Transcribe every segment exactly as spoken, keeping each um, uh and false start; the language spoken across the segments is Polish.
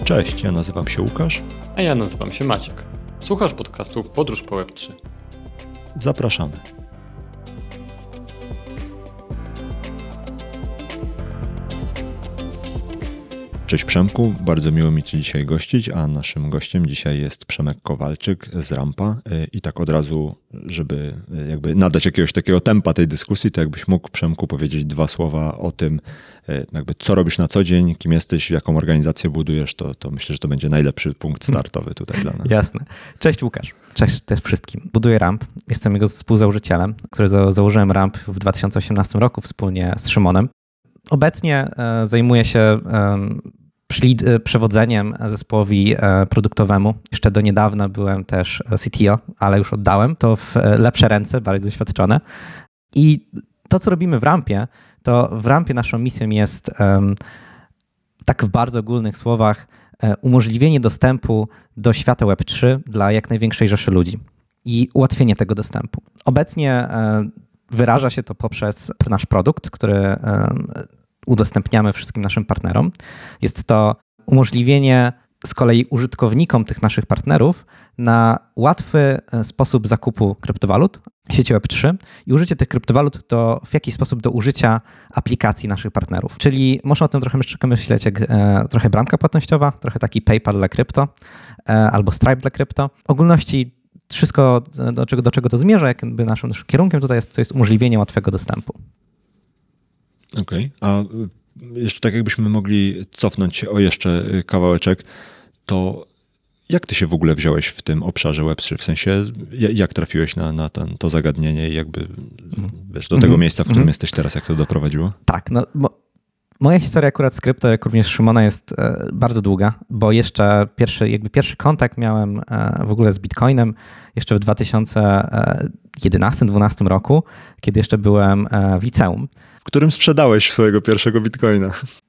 Cześć, ja nazywam się Łukasz. A ja nazywam się Maciek. Słuchasz podcastu Podróż po Web trzy. Zapraszamy. Cześć Przemku, bardzo miło mi Cię dzisiaj gościć, a naszym gościem dzisiaj jest Przemek Kowalczyk z Rampa. I tak od razu, żeby jakby nadać jakiegoś takiego tempa tej dyskusji, to jakbyś mógł, Przemku, powiedzieć dwa słowa o tym, jakby co robisz na co dzień, kim jesteś, jaką organizację budujesz, to, to myślę, że to będzie najlepszy punkt startowy tutaj dla nas. Jasne. Cześć Łukasz. Cześć też wszystkim. Buduję Ramp. Jestem jego współzałożycielem, który za- założyłem Ramp w dwa tysiące osiemnastym roku wspólnie z Szymonem. Obecnie e, zajmuję się e, przli- przewodzeniem zespołowi e, produktowemu. Jeszcze do niedawna byłem też C T O, ale już oddałem to w lepsze ręce, bardziej doświadczone. I to, co robimy w Rampie, to w Rampie naszą misją jest, e, tak w bardzo ogólnych słowach, e, umożliwienie dostępu do świata Web trzy dla jak największej rzeszy ludzi i ułatwienie tego dostępu. Obecnie e, wyraża się to poprzez nasz produkt, który udostępniamy wszystkim naszym partnerom. Jest to umożliwienie z kolei użytkownikom tych naszych partnerów na łatwy sposób zakupu kryptowalut w sieci Web trzy i użycie tych kryptowalut do, w jakiś sposób do użycia aplikacji naszych partnerów. Czyli można o tym trochę myśleć jak e, trochę bramka płatnościowa, trochę taki PayPal dla krypto e, albo Stripe dla krypto. W ogólności wszystko, do czego, do czego to zmierza, jakby naszym, naszym kierunkiem tutaj jest, to jest umożliwienie łatwego dostępu. Okej, okay. A jeszcze tak jakbyśmy mogli cofnąć się o jeszcze kawałeczek, to jak ty się w ogóle wziąłeś w tym obszarze Web trzy? W sensie, jak trafiłeś na, na ten, to zagadnienie i jakby wiesz, do tego mm-hmm. miejsca, w którym mm-hmm. jesteś teraz, jak to doprowadziło? Tak, no bo moja historia akurat z krypto, jak również Szymona, jest e, bardzo długa, bo jeszcze pierwszy, jakby pierwszy kontakt miałem e, w ogóle z Bitcoinem jeszcze w dwa tysiące jedenastym dwunastym roku, kiedy jeszcze byłem e, w liceum. W którym sprzedałeś swojego pierwszego Bitcoina?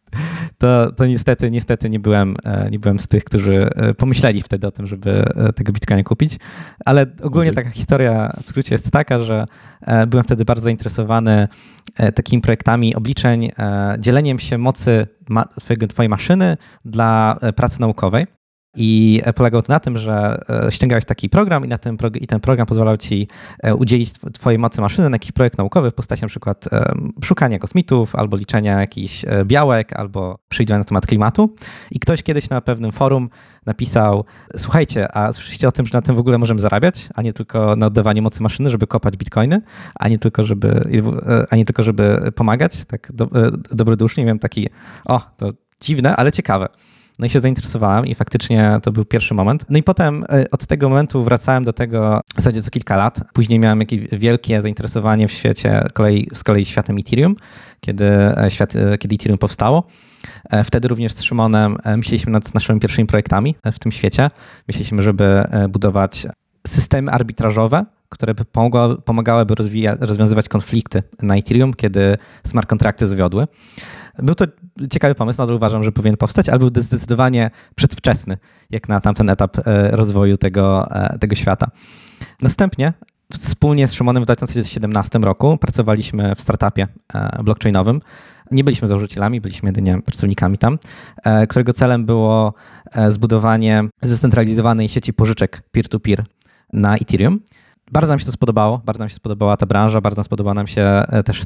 To, to niestety, niestety nie byłem, nie byłem z tych, którzy pomyśleli wtedy o tym, żeby tego Bitcoina kupić, ale ogólnie okay. taka historia w skrócie jest taka, że byłem wtedy bardzo zainteresowany takimi projektami obliczeń, dzieleniem się mocy ma, twojego, twojej maszyny dla pracy naukowej. I polegało to na tym, że ściągałeś taki program i, na tym prog- i ten program pozwalał ci udzielić twojej mocy maszyny na jakiś projekt naukowy w postaci na przykład szukania kosmitów, albo liczenia jakichś białek, albo przewidywania na temat klimatu. I ktoś kiedyś na pewnym forum napisał: słuchajcie, a słyszeliście o tym, że na tym w ogóle możemy zarabiać, a nie tylko na oddawaniu mocy maszyny, żeby kopać bitcoiny, a nie tylko, żeby, a nie tylko, żeby pomagać, tak do, dobrodusznie. Miałem taki, o, to dziwne, ale ciekawe. No i się zainteresowałem i faktycznie to był pierwszy moment. No i potem od tego momentu wracałem do tego w zasadzie co kilka lat. Później miałem jakieś wielkie zainteresowanie w świecie, kolei, z kolei światem Ethereum, kiedy, świat, kiedy Ethereum powstało. Wtedy również z Szymonem myśleliśmy nad naszymi pierwszymi projektami w tym świecie. Myśleliśmy, żeby budować systemy arbitrażowe, które by pomogły, pomagałyby rozwija, rozwiązywać konflikty na Ethereum, kiedy smart kontrakty zwiodły. Był to ciekawy pomysł, nadal uważam, że powinien powstać, ale był zdecydowanie przedwczesny, jak na tamten etap rozwoju tego, tego świata. Następnie wspólnie z Szymonem w dwa tysiące siedemnastym roku pracowaliśmy w startupie blockchainowym. Nie byliśmy założycielami, byliśmy jedynie pracownikami tam, którego celem było zbudowanie zdecentralizowanej sieci pożyczek peer-to-peer na Ethereum. Bardzo nam się to spodobało, bardzo nam się spodobała ta branża, bardzo nam spodobała nam się też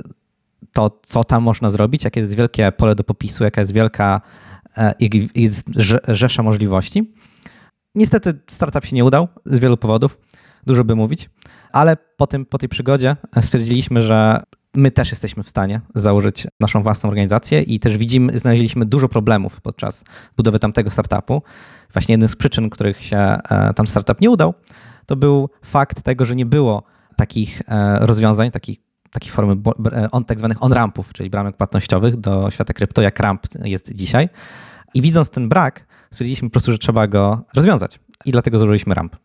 to, co tam można zrobić, jakie jest wielkie pole do popisu, jaka jest wielka jest rzesza możliwości. Niestety startup się nie udał z wielu powodów, dużo by mówić, ale po, tym, po tej przygodzie stwierdziliśmy, że my też jesteśmy w stanie założyć naszą własną organizację i też widzimy, znaleźliśmy dużo problemów podczas budowy tamtego startupu. Właśnie jednym z przyczyn, których się tam startup nie udał, to był fakt tego, że nie było takich rozwiązań, takich takiej formy on, tak zwanych on-rampów, czyli bramek płatnościowych do świata krypto, jak Ramp jest dzisiaj. I widząc ten brak, stwierdziliśmy po prostu, że trzeba go rozwiązać. I dlatego założyliśmy Ramp.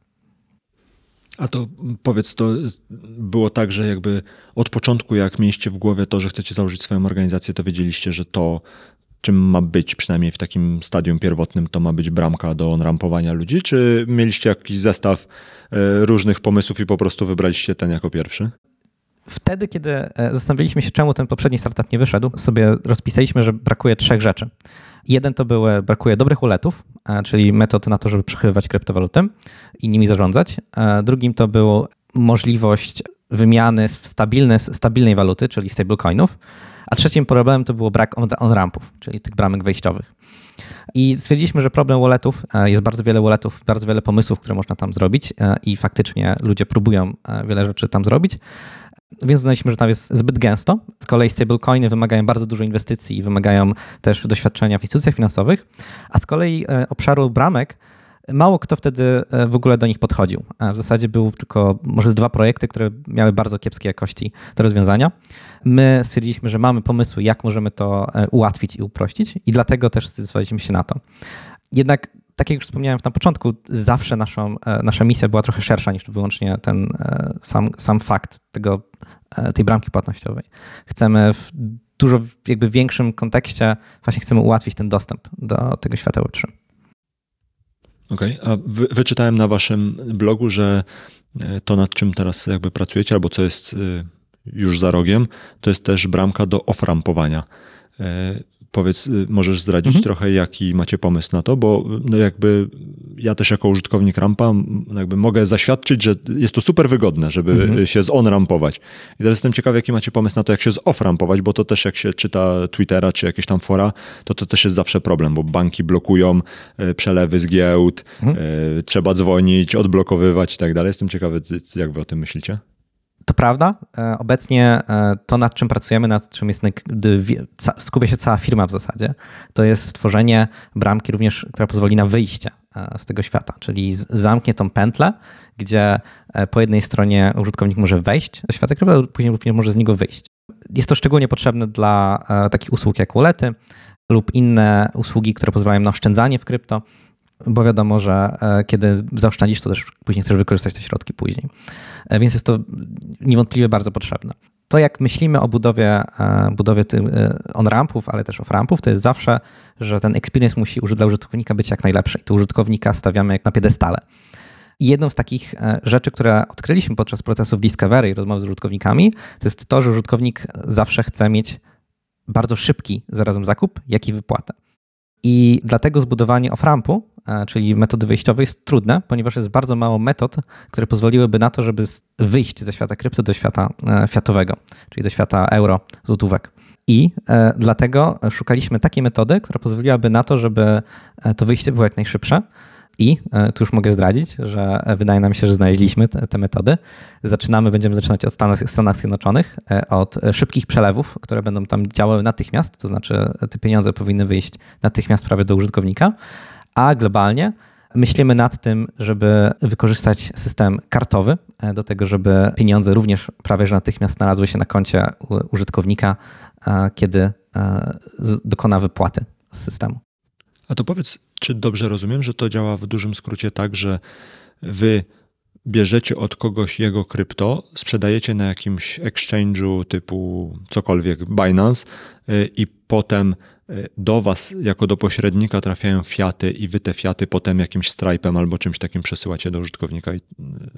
A to powiedz, to było tak, że jakby od początku, jak mieliście w głowie to, że chcecie założyć swoją organizację, to wiedzieliście, że to, czym ma być, przynajmniej w takim stadium pierwotnym, to ma być bramka do on-rampowania ludzi, czy mieliście jakiś zestaw różnych pomysłów i po prostu wybraliście ten jako pierwszy? Wtedy, kiedy zastanawialiśmy się, czemu ten poprzedni startup nie wyszedł, sobie rozpisaliśmy, że brakuje trzech rzeczy. Jeden to były, brakuje dobrych walletów, czyli metod na to, żeby przechowywać kryptowaluty i nimi zarządzać. Drugim to była możliwość wymiany w stabilne, stabilnej waluty, czyli stablecoinów. A trzecim problemem to było brak on-rampów, czyli tych bramek wejściowych. I stwierdziliśmy, że problem walletów, jest bardzo wiele walletów, bardzo wiele pomysłów, które można tam zrobić i faktycznie ludzie próbują wiele rzeczy tam zrobić. Więc uznaliśmy, że tam jest zbyt gęsto. Z kolei stablecoiny wymagają bardzo dużo inwestycji i wymagają też doświadczenia w instytucjach finansowych, a z kolei obszaru bramek mało kto wtedy w ogóle do nich podchodził. W zasadzie były tylko może dwa projekty, które miały bardzo kiepskie jakości te rozwiązania. My stwierdziliśmy, że mamy pomysły, jak możemy to ułatwić i uprościć i dlatego też zdecydowaliśmy się na to. Jednak tak jak już wspomniałem na początku, zawsze naszą, nasza misja była trochę szersza niż wyłącznie ten sam, sam fakt tego, tej bramki płatnościowej. Chcemy w dużo jakby większym kontekście właśnie chcemy ułatwić ten dostęp do tego świata web trzy. Okej, okay. A wy, wyczytałem na waszym blogu, że to, nad czym teraz jakby pracujecie, albo co jest już za rogiem, to jest też bramka do off-rampowania. Powiedz, możesz zdradzić mhm. trochę, jaki macie pomysł na to, bo no jakby ja też jako użytkownik rampa jakby mogę zaświadczyć, że jest to super wygodne, żeby mhm. się z-on-rampować. I teraz jestem ciekawy, jaki macie pomysł na to, jak się z-off-rampować, bo to też jak się czyta Twittera czy jakieś tam fora, to to też jest zawsze problem, bo banki blokują przelewy z giełd, mhm. trzeba dzwonić, odblokowywać i tak dalej. Jestem ciekawy, jak wy o tym myślicie? To prawda. Obecnie to, nad czym pracujemy, nad czym jest, skupia się cała firma w zasadzie, to jest stworzenie bramki również, która pozwoli na wyjście z tego świata, czyli zamknie tą pętlę, gdzie po jednej stronie użytkownik może wejść do świata krypto, a później również może z niego wyjść. Jest to szczególnie potrzebne dla takich usług jak wallety lub inne usługi, które pozwalają na oszczędzanie w krypto, bo wiadomo, że kiedy zaoszczędzisz, to też później chcesz wykorzystać te środki później. Więc jest to niewątpliwie bardzo potrzebne. To jak myślimy o budowie, budowie on-rampów, ale też off-rampów, to jest zawsze, że ten experience musi dla użytkownika być jak najlepszy i tu użytkownika stawiamy jak na piedestale. I jedną z takich rzeczy, które odkryliśmy podczas procesów discovery i rozmowy z użytkownikami, to jest to, że użytkownik zawsze chce mieć bardzo szybki zarazem zakup, jak i wypłatę. I dlatego zbudowanie off-rampu, czyli metody wejściowej, jest trudne, ponieważ jest bardzo mało metod, które pozwoliłyby na to, żeby wyjść ze świata krypto do świata fiatowego, czyli do świata euro, złotówek. I dlatego szukaliśmy takiej metody, która pozwoliłaby na to, żeby to wyjście było jak najszybsze. I tu już mogę zdradzić, że wydaje nam się, że znaleźliśmy te, te metody. Zaczynamy, będziemy zaczynać od Stanów, Stanach Zjednoczonych, od szybkich przelewów, które będą tam działały natychmiast, to znaczy te pieniądze powinny wyjść natychmiast prawie do użytkownika, a globalnie myślimy nad tym, żeby wykorzystać system kartowy do tego, żeby pieniądze również prawie że natychmiast znalazły się na koncie użytkownika, kiedy dokona wypłaty z systemu. A to powiedz, czy dobrze rozumiem, że to działa w dużym skrócie tak, że wy bierzecie od kogoś jego krypto, sprzedajecie na jakimś exchange'u typu cokolwiek, Binance i potem do was jako do pośrednika trafiają fiaty i wy te fiaty potem jakimś Stripe'em albo czymś takim przesyłacie do użytkownika i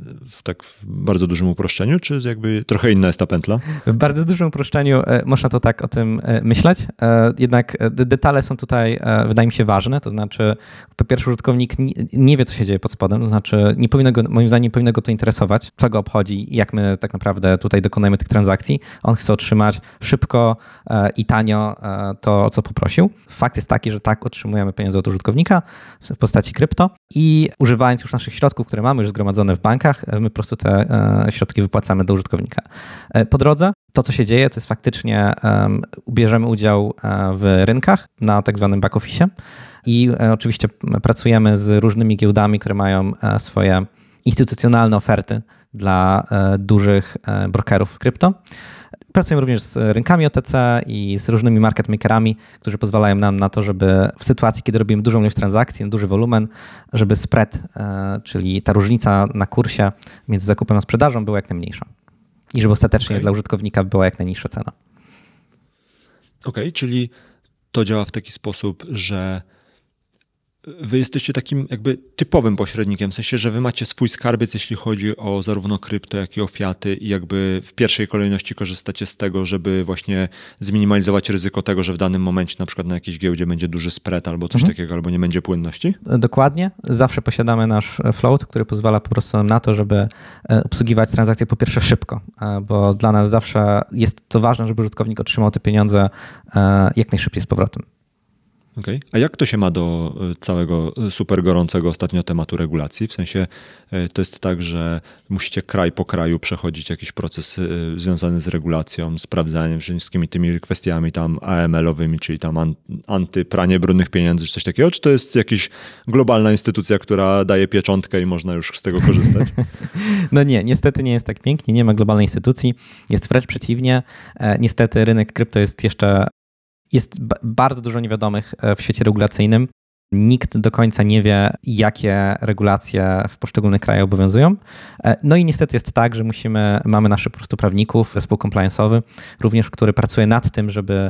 w tak w bardzo dużym uproszczeniu, czy jakby trochę inna jest ta pętla? W bardzo dużym uproszczeniu można to tak o tym myśleć, jednak detale są tutaj, wydaje mi się, ważne, to znaczy po pierwsze użytkownik nie wie, co się dzieje pod spodem, to znaczy nie powinno go, moim zdaniem nie powinno go to interesować, co go obchodzi i jak my tak naprawdę tutaj dokonujemy tych transakcji. On chce otrzymać szybko i tanio to, co poprosił. Fakt jest taki, że tak otrzymujemy pieniądze od użytkownika w postaci krypto i używając już naszych środków, które mamy już zgromadzone w bankach, my po prostu te środki wypłacamy do użytkownika. Po drodze to, co się dzieje, to jest faktycznie um, bierzemy udział w rynkach na tak zwanym back office i oczywiście pracujemy z różnymi giełdami, które mają swoje instytucjonalne oferty dla dużych brokerów krypto. Pracujemy również z rynkami O T C i z różnymi market makerami, którzy pozwalają nam na to, żeby w sytuacji, kiedy robimy dużą ilość transakcji, duży wolumen, żeby spread, czyli ta różnica na kursie między zakupem a sprzedażą była jak najmniejsza i żeby ostatecznie okay. dla użytkownika była jak najniższa cena. Okej, okay, czyli to działa w taki sposób, że wy jesteście takim jakby typowym pośrednikiem, w sensie, że wy macie swój skarbiec, jeśli chodzi o zarówno krypto, jak i o fiaty i jakby w pierwszej kolejności korzystacie z tego, żeby właśnie zminimalizować ryzyko tego, że w danym momencie na przykład na jakiejś giełdzie będzie duży spread albo coś Mhm. takiego, albo nie będzie płynności? Dokładnie. Zawsze posiadamy nasz float, który pozwala po prostu nam na to, żeby obsługiwać transakcje po pierwsze szybko, bo dla nas zawsze jest to ważne, żeby użytkownik otrzymał te pieniądze jak najszybciej z powrotem. Okay. A jak to się ma do całego super gorącego ostatnio tematu regulacji? W sensie to jest tak, że musicie kraj po kraju przechodzić jakiś proces związany z regulacją, sprawdzaniem wszystkimi tymi kwestiami tam A M L-owymi, czyli tam an- antypranie brudnych pieniędzy, czy coś takiego? Czy to jest jakaś globalna instytucja, która daje pieczątkę i można już z tego korzystać? No nie, niestety nie jest tak pięknie, nie ma globalnej instytucji, jest wręcz przeciwnie. Niestety rynek krypto jest jeszcze Jest b- bardzo dużo niewiadomych w świecie regulacyjnym. Nikt do końca nie wie, jakie regulacje w poszczególnych krajach obowiązują. No i niestety jest tak, że musimy, mamy naszych po prostu prawników, zespół compliance'owy, również, który pracuje nad tym, żeby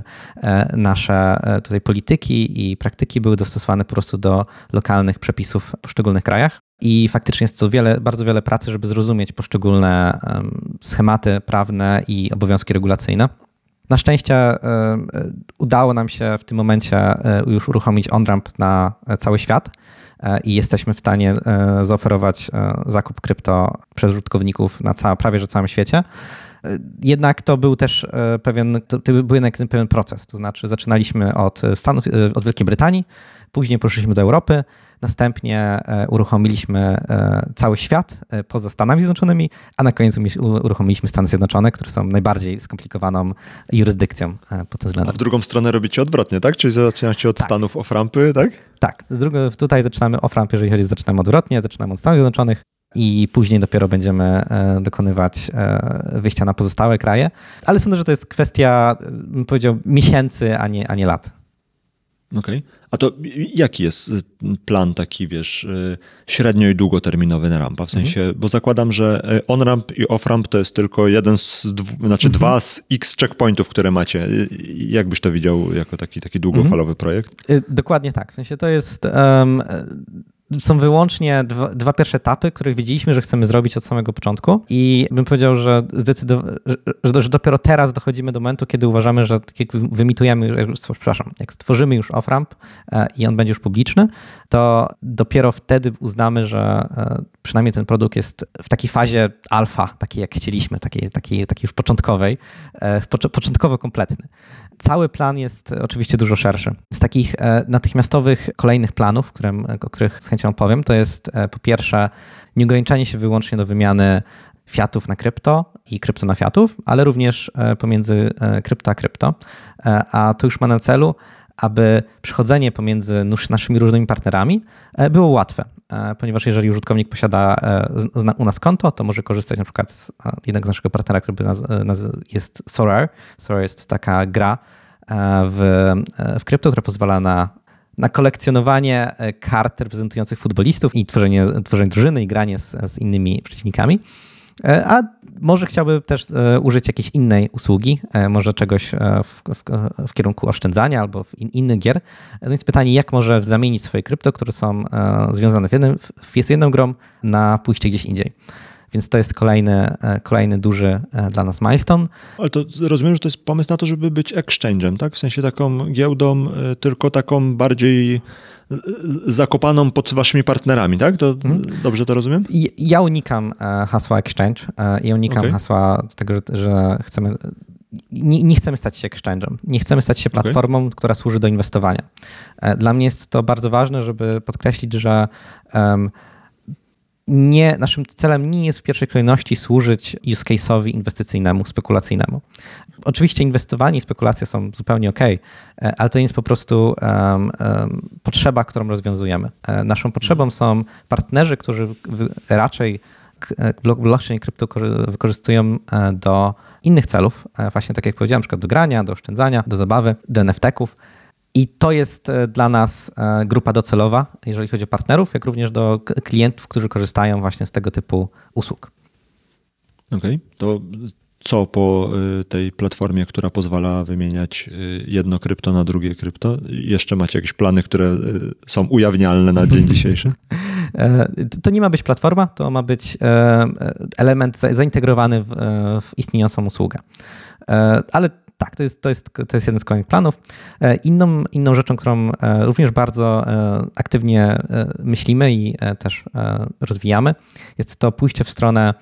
nasze tutaj polityki i praktyki były dostosowane po prostu do lokalnych przepisów w poszczególnych krajach. I faktycznie jest to wiele, bardzo wiele pracy, żeby zrozumieć poszczególne schematy prawne i obowiązki regulacyjne. Na szczęście y, udało nam się w tym momencie y, już uruchomić OnRamp na cały świat y, i jesteśmy w stanie y, zaoferować y, zakup krypto przez użytkowników na ca- prawie że całym świecie. Y, jednak to był też y, pewien, to, to był jednak pewien proces, to znaczy zaczynaliśmy od Stanów, y, od Wielkiej Brytanii, później poszliśmy do Europy, następnie uruchomiliśmy cały świat poza Stanami Zjednoczonymi, a na końcu uruchomiliśmy Stany Zjednoczone, które są najbardziej skomplikowaną jurysdykcją pod tym względem. A w drugą stronę robicie odwrotnie, tak? Czyli zaczynacie od tak. Stanów off-rampy, tak? Tak. Tutaj zaczynamy off-ramp, jeżeli chodzi, zaczynamy odwrotnie, zaczynamy od Stanów Zjednoczonych i później dopiero będziemy dokonywać wyjścia na pozostałe kraje. Ale sądzę, że to jest kwestia, bym powiedział, miesięcy, a nie, a nie lat. Okej. Okay. A to jaki jest plan taki, wiesz, średnio i długoterminowy na rampa? W sensie, mhm. bo zakładam, że on-ramp i off-ramp to jest tylko jeden z, dwu, znaczy mhm. dwa z x checkpointów, które macie. Jak byś to widział jako taki, taki długofalowy mhm. projekt? Dokładnie tak. W sensie to jest... Um, Są wyłącznie dwa, dwa pierwsze etapy, których wiedzieliśmy, że chcemy zrobić od samego początku i bym powiedział, że, zdecydow- że, że dopiero teraz dochodzimy do momentu, kiedy uważamy, że tak jak wyemitujemy, przepraszam, jak stworzymy już off-ramp i on będzie już publiczny, to dopiero wtedy uznamy, że przynajmniej ten produkt jest w takiej fazie alfa, takiej jak chcieliśmy, takiej, takiej, takiej już początkowej, początkowo kompletny. Cały plan jest oczywiście dużo szerszy. Z takich natychmiastowych kolejnych planów, którym, o których z chęcią opowiem, to jest po pierwsze nie ograniczanie się wyłącznie do wymiany fiatów na krypto i krypto na fiatów, ale również pomiędzy krypto a krypto. A to już ma na celu, aby przechodzenie pomiędzy naszymi różnymi partnerami było łatwe, ponieważ jeżeli użytkownik posiada u nas konto, to może korzystać na przykład z jednego z naszego partnera, który jest Sorare. Sorare jest taka gra w, w krypto, która pozwala na, na kolekcjonowanie kart reprezentujących futbolistów i tworzenie, tworzenie drużyny i granie z, z innymi przeciwnikami. A może chciałby też użyć jakiejś innej usługi, może czegoś w, w, w kierunku oszczędzania albo w in, innych gier. No więc pytanie, jak może zamienić swoje krypto, które są związane w jednym, w jest jedną grą, na pójście gdzieś indziej. Więc to jest kolejny, kolejny duży dla nas milestone. Ale to rozumiem, że to jest pomysł na to, żeby być exchange'em, tak? W sensie taką giełdą, tylko taką bardziej zakopaną pod waszymi partnerami, tak? To hmm. Dobrze to rozumiem? Ja unikam hasła exchange. Ja unikam okay. hasła tego, że, że chcemy... Nie, nie chcemy stać się exchange'em. Nie chcemy stać się platformą, okay. która służy do inwestowania. Dla mnie jest to bardzo ważne, żeby podkreślić, że um, Nie, naszym celem nie jest w pierwszej kolejności służyć use case'owi inwestycyjnemu, spekulacyjnemu. Oczywiście inwestowanie i spekulacje są zupełnie ok, ale to nie jest po prostu um, um, potrzeba, którą rozwiązujemy. Naszą potrzebą są partnerzy, którzy raczej blockchain i krypto wykorzystują do innych celów, właśnie tak jak powiedziałem, na przykład do grania, do oszczędzania, do zabawy, do en ef teków. I to jest dla nas grupa docelowa, jeżeli chodzi o partnerów, jak również do klientów, którzy korzystają właśnie z tego typu usług. Okej, okay. To co po y, tej platformie, która pozwala wymieniać y, jedno krypto na drugie krypto? Jeszcze macie jakieś plany, które y, są ujawnialne na dzień dzisiejszy? To nie ma być platforma, to ma być element zaintegrowany w, w istniejącą usługę. Ale tak, to jest, to, jest, to jest jeden z kolejnych planów. Inną, inną rzeczą, którą również bardzo aktywnie myślimy i też rozwijamy, jest to pójście w stronę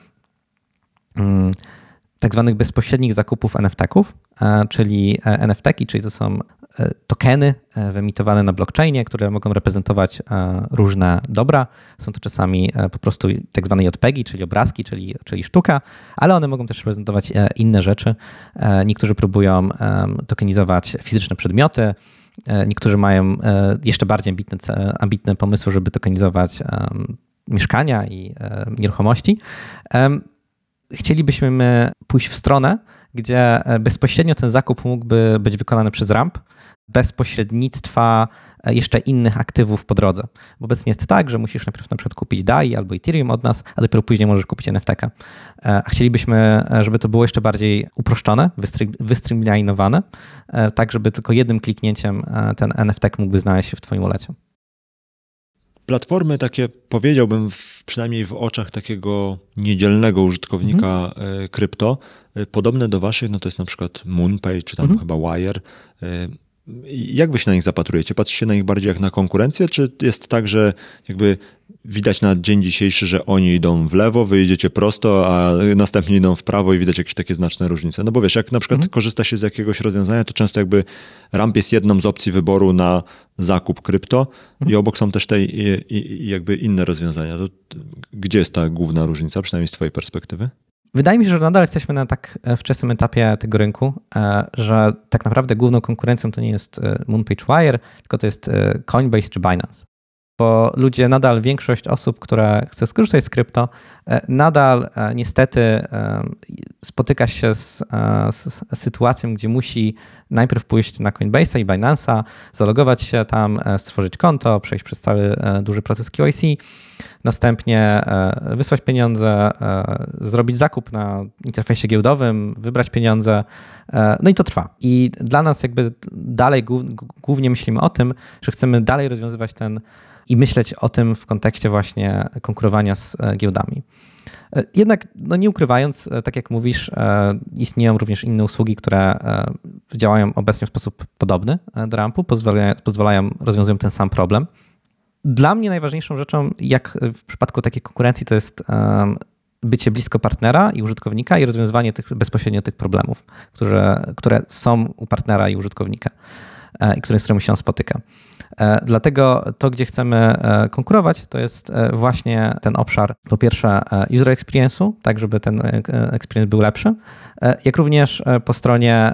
tak zwanych bezpośrednich zakupów en ef teków, czyli en ef teki, czyli to są tokeny wyemitowane na blockchainie, które mogą reprezentować różne dobra. Są to czasami po prostu tak zwane J P G, czyli obrazki, czyli, czyli sztuka, ale one mogą też reprezentować inne rzeczy. Niektórzy próbują tokenizować fizyczne przedmioty, niektórzy mają jeszcze bardziej ambitne, ambitne pomysły, żeby tokenizować mieszkania i nieruchomości. Chcielibyśmy my pójść w stronę, gdzie bezpośrednio ten zakup mógłby być wykonany przez ramp, bez pośrednictwa jeszcze innych aktywów po drodze. Bo obecnie jest tak, że musisz najpierw na przykład kupić D A I albo Ethereum od nas, a dopiero później możesz kupić en ef tekę. A chcielibyśmy, żeby to było jeszcze bardziej uproszczone, wystreamlinowane, tak żeby tylko jednym kliknięciem ten en ef tek mógłby znaleźć się w twoim walecie. Platformy takie, powiedziałbym, w, przynajmniej w oczach takiego niedzielnego użytkownika mhm. krypto, podobne do waszych, no to jest na przykład MoonPay, czy tam mhm. chyba Wire. Jak wy się na nich zapatrujecie? Patrzycie na nich bardziej jak na konkurencję, czy jest tak, że jakby widać na dzień dzisiejszy, że oni idą w lewo, wy idziecie prosto, a następnie idą w prawo i widać jakieś takie znaczne różnice? No bo wiesz, jak na przykład mhm. korzysta się z jakiegoś rozwiązania, to często jakby ramp jest jedną z opcji wyboru na zakup krypto mhm. i obok są też te i, i, jakby inne rozwiązania. To gdzie jest ta główna różnica, przynajmniej z twojej perspektywy? Wydaje mi się, że nadal jesteśmy na tak wczesnym etapie tego rynku, że tak naprawdę główną konkurencją to nie jest MoonPay czy Wire, tylko to jest Coinbase czy Binance. Bo ludzie, nadal większość osób, która chce skorzystać z krypto, nadal niestety spotyka się z, z sytuacją, gdzie musi najpierw pójść na Coinbase'a i Binance'a, zalogować się tam, stworzyć konto, przejść przez cały duży proces K Y C, następnie wysłać pieniądze, zrobić zakup na interfejsie giełdowym, wybrać pieniądze, no i to trwa. I dla nas jakby dalej głównie myślimy o tym, że chcemy dalej rozwiązywać ten i myśleć o tym w kontekście właśnie konkurowania z giełdami. Jednak no nie ukrywając, tak jak mówisz, istnieją również inne usługi, które działają obecnie w sposób podobny do rampu, pozwalają, pozwalają rozwiązują ten sam problem. Dla mnie najważniejszą rzeczą, jak w przypadku takiej konkurencji, to jest bycie blisko partnera i użytkownika i rozwiązywanie tych, bezpośrednio tych problemów, które, które są u partnera i użytkownika i które, z którymi się on spotyka. Dlatego to, gdzie chcemy konkurować, to jest właśnie ten obszar, po pierwsze user experience'u, tak żeby ten experience był lepszy, jak również po stronie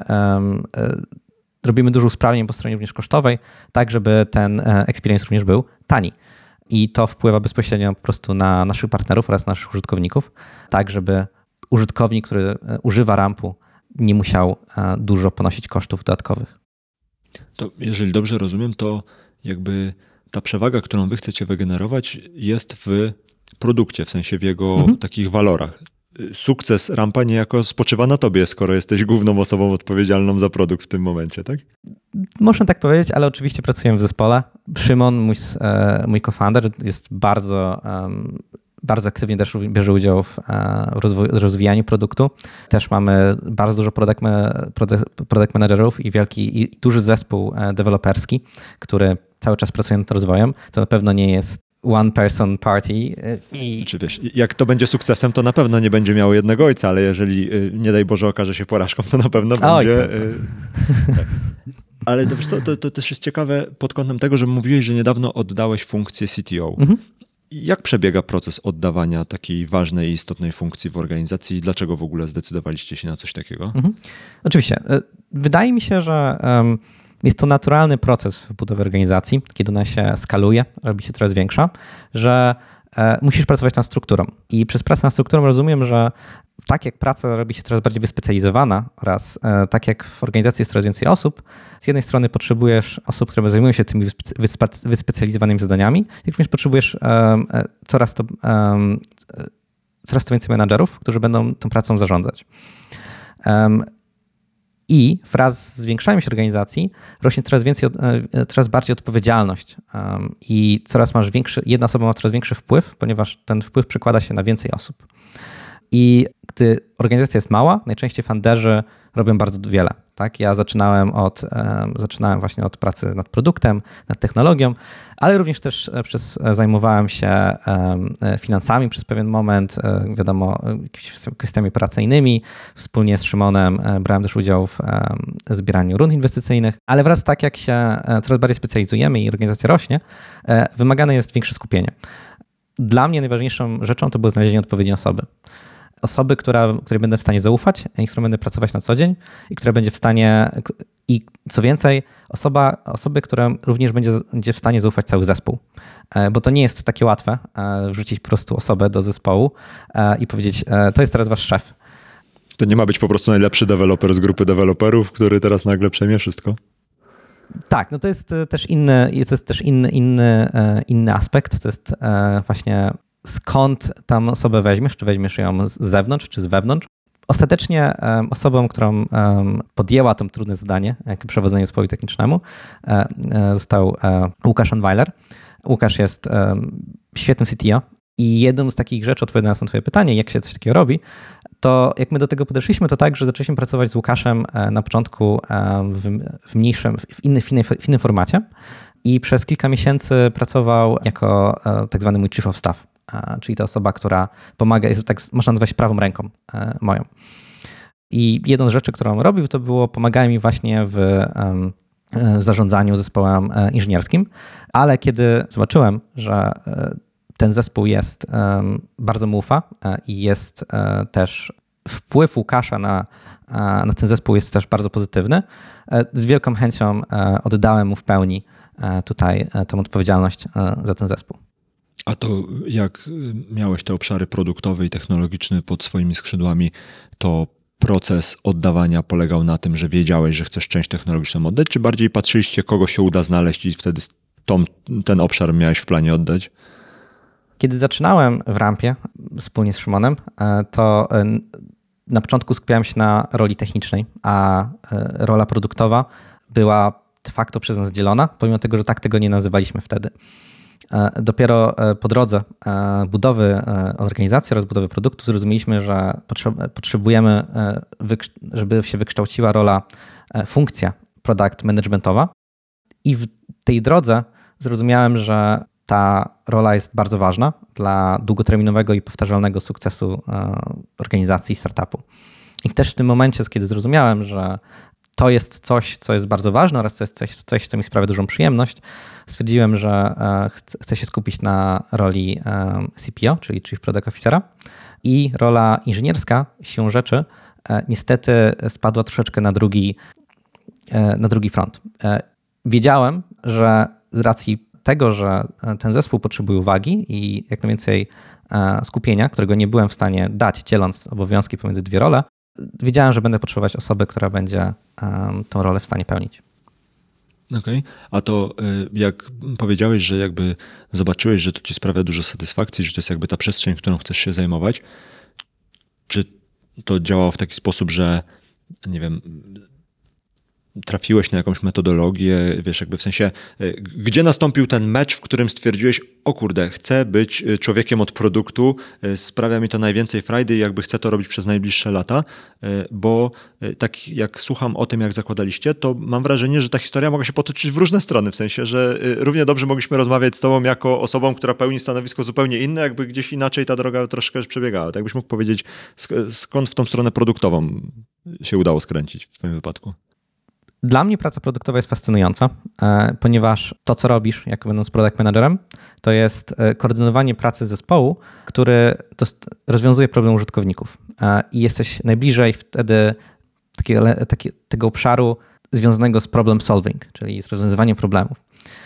robimy dużo usprawnień po stronie również kosztowej, tak żeby ten experience również był tani. I to wpływa bezpośrednio po prostu na naszych partnerów oraz naszych użytkowników, tak żeby użytkownik, który używa rampu, nie musiał dużo ponosić kosztów dodatkowych. To jeżeli dobrze rozumiem, to jakby ta przewaga, którą wy chcecie wygenerować, jest w produkcie, w sensie w jego mhm. takich walorach. Sukces rampa niejako spoczywa na tobie, skoro jesteś główną osobą odpowiedzialną za produkt w tym momencie, tak? Można tak powiedzieć, ale oczywiście pracujemy w zespole. Szymon, mój, mój co-founder, jest bardzo, bardzo aktywnie też bierze udział w rozwijaniu produktu. Też mamy bardzo dużo product, product managerów i wielki, i duży zespół deweloperski, który cały czas pracuje nad rozwojem. To na pewno nie jest one person party. I... Czy wiesz, jak to będzie sukcesem, to na pewno nie będzie miało jednego ojca, ale jeżeli nie daj Boże okaże się porażką, to na pewno Oj, będzie... to, to. Tak. Ale to, wiesz, to, to, to też jest ciekawe pod kątem tego, że mówiłeś, że niedawno oddałeś funkcję C T O. Mhm. Jak przebiega proces oddawania takiej ważnej i istotnej funkcji w organizacji i dlaczego w ogóle zdecydowaliście się na coś takiego? Mhm. Oczywiście. Wydaje mi się, że um, jest to naturalny proces w budowie organizacji, kiedy ona się skaluje, robi się coraz większa, że e, musisz pracować nad strukturą. I przez pracę nad strukturą rozumiem, że tak jak praca robi się coraz bardziej wyspecjalizowana oraz e, tak jak w organizacji jest coraz więcej osób, z jednej strony potrzebujesz osób, które zajmują się tymi wyspe- wyspecjalizowanymi zadaniami, jak również potrzebujesz e, e, coraz, to, e, coraz to więcej menadżerów, którzy będą tą pracą zarządzać. I wraz z zwiększaniem się organizacji rośnie coraz więcej, coraz bardziej odpowiedzialność i coraz masz większy, jedna osoba ma coraz większy wpływ, ponieważ ten wpływ przekłada się na więcej osób. I gdy organizacja jest mała, najczęściej founderzy robią bardzo wiele. Tak? Ja zaczynałem od, zaczynałem właśnie od pracy nad produktem, nad technologią, ale również też przez, zajmowałem się finansami przez pewien moment, wiadomo, jakimiś kwestiami operacyjnymi. Wspólnie z Szymonem brałem też udział w zbieraniu rund inwestycyjnych, ale wraz tak jak się coraz bardziej specjalizujemy i organizacja rośnie, wymagane jest większe skupienie. Dla mnie najważniejszą rzeczą to było znalezienie odpowiedniej osoby. Osoby, która, której będę w stanie zaufać i którą będę pracować na co dzień i która będzie w stanie, i co więcej, osoba, osoby, która również będzie, będzie w stanie zaufać cały zespół. Bo to nie jest takie łatwe, wrzucić po prostu osobę do zespołu i powiedzieć, to jest teraz wasz szef. To nie ma być po prostu najlepszy deweloper z grupy deweloperów, który teraz nagle przejmie wszystko? Tak, no to jest też inny, to jest też inny, inny, inny aspekt. To jest właśnie skąd tam osobę weźmiesz, czy weźmiesz ją z zewnątrz, czy z wewnątrz. Ostatecznie um, osobą, którą um, podjęła to trudne zadanie, jak przewodzenie zespołowi technicznemu, e, e, został e, Łukasz Onweiler. Łukasz jest e, świetnym C T O i jedną z takich rzeczy, odpowiadając na twoje pytanie, jak się coś takiego robi, to jak my do tego podeszliśmy, to tak, że zaczęliśmy pracować z Łukaszem e, na początku e, w, w mniejszym, w, inny, w, innej, w innym formacie i przez kilka miesięcy pracował jako e, tak zwany mój chief of staff. Czyli to osoba, która pomaga, jest tak można nazwać prawą ręką moją. I jedną z rzeczy, którą robił, to było pomagałem mi właśnie w zarządzaniu zespołem inżynierskim, ale kiedy zobaczyłem, że ten zespół jest, bardzo mu ufa i jest też wpływ Łukasza na, na ten zespół jest też bardzo pozytywny, z wielką chęcią oddałem mu w pełni tutaj tą odpowiedzialność za ten zespół. A to jak miałeś te obszary produktowe i technologiczne pod swoimi skrzydłami, to proces oddawania polegał na tym, że wiedziałeś, że chcesz część technologiczną oddać, czy bardziej patrzyliście, kogo się uda znaleźć i wtedy tą, ten obszar miałeś w planie oddać? Kiedy zaczynałem w Rampie wspólnie z Szymonem, to na początku skupiałem się na roli technicznej, a rola produktowa była de facto przez nas dzielona, pomimo tego, że tak tego nie nazywaliśmy wtedy. Dopiero po drodze budowy organizacji oraz budowy produktu zrozumieliśmy, że potrzebujemy, żeby się wykształciła rola, funkcja product managementowa i w tej drodze zrozumiałem, że ta rola jest bardzo ważna dla długoterminowego i powtarzalnego sukcesu organizacji i startupu. I też w tym momencie, kiedy zrozumiałem, że to jest coś, co jest bardzo ważne oraz to jest coś, coś, co mi sprawia dużą przyjemność, stwierdziłem, że chcę się skupić na roli C P O, czyli Chief Product Officera, i rola inżynierska, siłą rzeczy, niestety spadła troszeczkę na drugi, na drugi front. Wiedziałem, że z racji tego, że ten zespół potrzebuje uwagi i jak najwięcej skupienia, którego nie byłem w stanie dać, dzieląc obowiązki pomiędzy dwie role, wiedziałem, że będę potrzebować osoby, która będzie um, tą rolę w stanie pełnić. Okej, okay. A to jak powiedziałeś, że jakby zobaczyłeś, że to ci sprawia dużo satysfakcji, że to jest jakby ta przestrzeń, którą chcesz się zajmować, czy to działało w taki sposób, że nie wiem, trafiłeś na jakąś metodologię, wiesz, jakby w sensie, gdzie nastąpił ten mecz, w którym stwierdziłeś, o kurde, chcę być człowiekiem od produktu, sprawia mi to najwięcej frajdy i jakby chcę to robić przez najbliższe lata, bo tak jak słucham o tym, jak zakładaliście, to mam wrażenie, że ta historia mogła się potoczyć w różne strony, w sensie, że równie dobrze mogliśmy rozmawiać z tobą jako osobą, która pełni stanowisko zupełnie inne, jakby gdzieś inaczej ta droga troszkę przebiegała. Tak jakbyś mógł powiedzieć, skąd w tą stronę produktową się udało skręcić w twoim wypadku? Dla mnie praca produktowa jest fascynująca, ponieważ to, co robisz, jako będąc product managerem, to jest koordynowanie pracy zespołu, który rozwiązuje problem użytkowników. I jesteś najbliżej wtedy takiego, takiego, tego obszaru związanego z problem solving, czyli z rozwiązywaniem problemów.